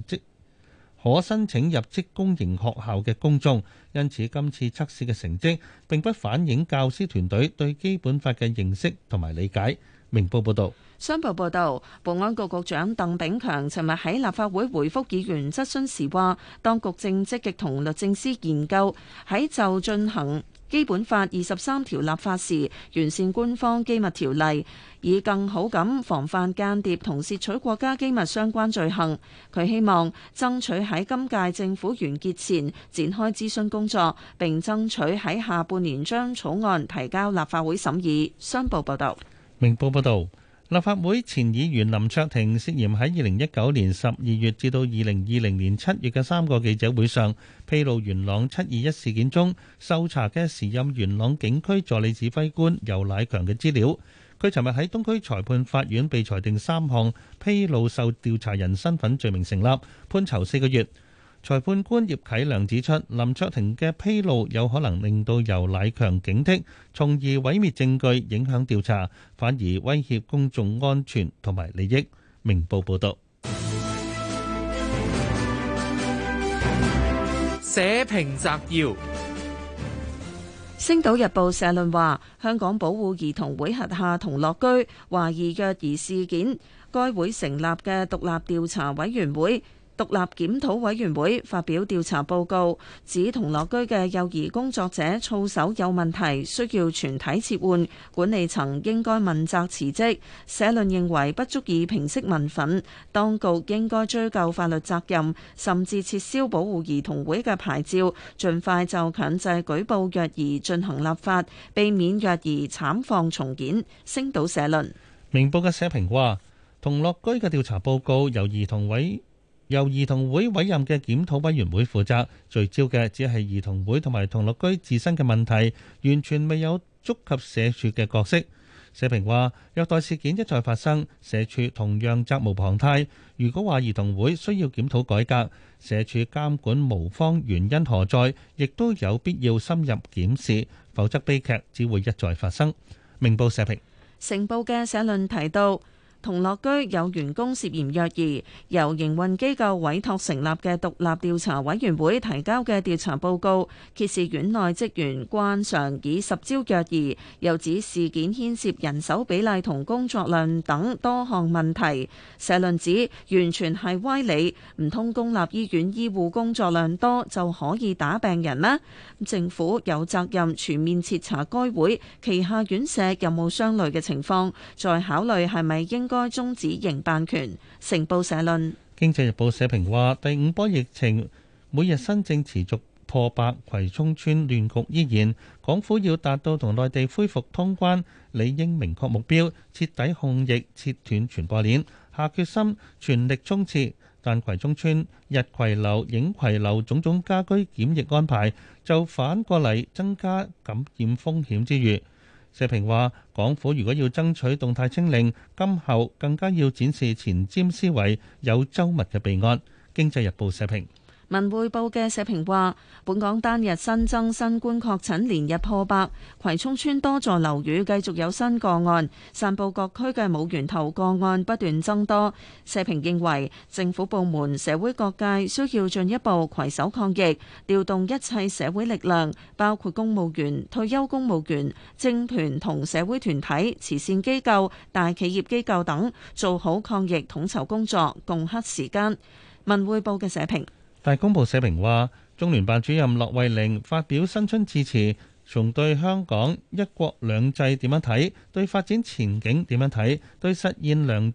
請入職公營學校嘅公眾，因此今次測試嘅成績並不反映教師團隊對基本法嘅認識同埋理解。明報報道。 商報報導，保安局局長鄧炳強尋日喺立法會回覆議員質詢時話，當局正積極同律政司研究喺就進行基本法23條立法時，完善官方機密條例，以更好咁防範間諜同竊取國家機密相關罪行。佢希望爭取喺今屆政府完結前展開諮詢工作，並爭取喺下半年將草案提交立法會審議。商報報導。 明報報導。立法會前議員林卓廷涉嫌喺2019年12月至到2020年7月嘅3個記者會上，披露元朗721事件中受查嘅時任元朗警區助理指揮官游乃強嘅資料。佢尋日喺東區裁判法院被裁定3項披露受調查人身份罪名成立，判囚4個月。裁判官葉啟良指出，林卓廷嘅披露有可能令到游乃強警惕，從而毀滅證據，影響調查，反而威脅公眾安全同埋利益。明報報道。 社評摘要。 星島日報社論話，香港保護兒童會轄下童樂居懷疑虐兒事件，該會成立嘅獨立調查委員會獨立檢討委員會發表調查報告，指童樂居嘅幼兒工作者操守有問題，需要全體撤換，管理層應該問責辭職。社論認為不足以平息民憤，當局應該追究法律責任，甚至撤銷保護兒童會嘅牌照，盡快就強制舉報虐兒進行立法，避免虐兒慘況重演。星島社論。 明報嘅社評話，童樂居嘅調查報告由兒童會委任嘅檢討委員會負責，聚焦嘅只係兒童會同埋童樂居自身嘅問題，完全未有觸及社署嘅角色。社評話，虐待事件一再發生，社署同樣責無旁貸。如果話兒童會需要檢討改革，社署監管無方原因何在，亦都有必要深入檢視，否則悲劇只會一再發生。明報社評。 成報嘅社論提到，童樂居有員工涉嫌虐兒，由營運機構委託成立嘅獨立調查委員會提交嘅調查報告，揭示院內職員慣常以實招虐兒，又指事件牽涉人手比例同工作量等多項問題。社論指完全係歪理，唔通公立醫院醫護工作量多就可以打病人咩？政府有責任全面徹查該會旗下院舍有冇相類嘅情況，再考慮係咪應該終止營辦權。成報社論。 經濟日報社評話，第5波疫情每日新症持續破百，葵涌村亂局依然，港府要達到同內地恢復通關，理應明確目標，徹底控疫，切斷傳播鏈，下決心全力衝刺。但葵涌村日葵樓、影葵樓種種家居檢疫安排，就反過嚟增加感染風險之餘。社評話，港府如果要爭取動態清零，今後更加要展示前瞻思維，有周密嘅備案。經濟日報社評。 文匯報嘅社評話，本港單日新增新冠確診連日破百，葵涌村多座樓宇繼續有新個案，散佈各區嘅冇源頭個案不斷增多。社評認為，政府部門、社會各界需要進一步攜手抗疫，調動一切社會力量，包括公務員、退休公務員、政團同社會團體、慈善機構、大企業機構等，做好抗疫統籌工作，共克時艱。文匯報嘅社評。 大公報社評話，中聯辦主任駱惠寧發表新春致辭，從對香港一國兩制點樣睇，對發展前景點樣睇，對實現良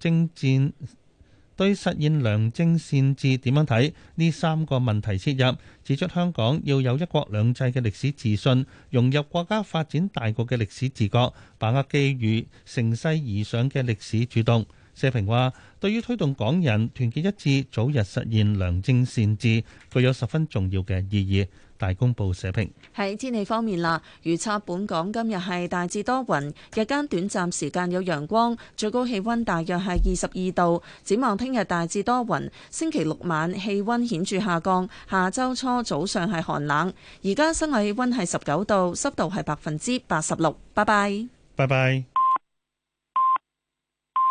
政善治點樣睇呢三個問題切入，指出香港要有一國兩制嘅歷史自信，融入國家發展大局嘅歷史自覺，把握機遇，乘勢而上嘅歷史主動。社評話，對於推動港人團結一致，早日實現良政善治，具有十分重要嘅意義。大公報社評。 喺天氣方面啦，預測本港今日係大致多雲，日間短暫時間有陽光，最高氣溫大約係22度。展望聽日大致多雲，星期六晚氣溫顯著下降，下周初早上係寒冷。而家室外氣溫係19度，濕度係86%。拜拜。 拜拜。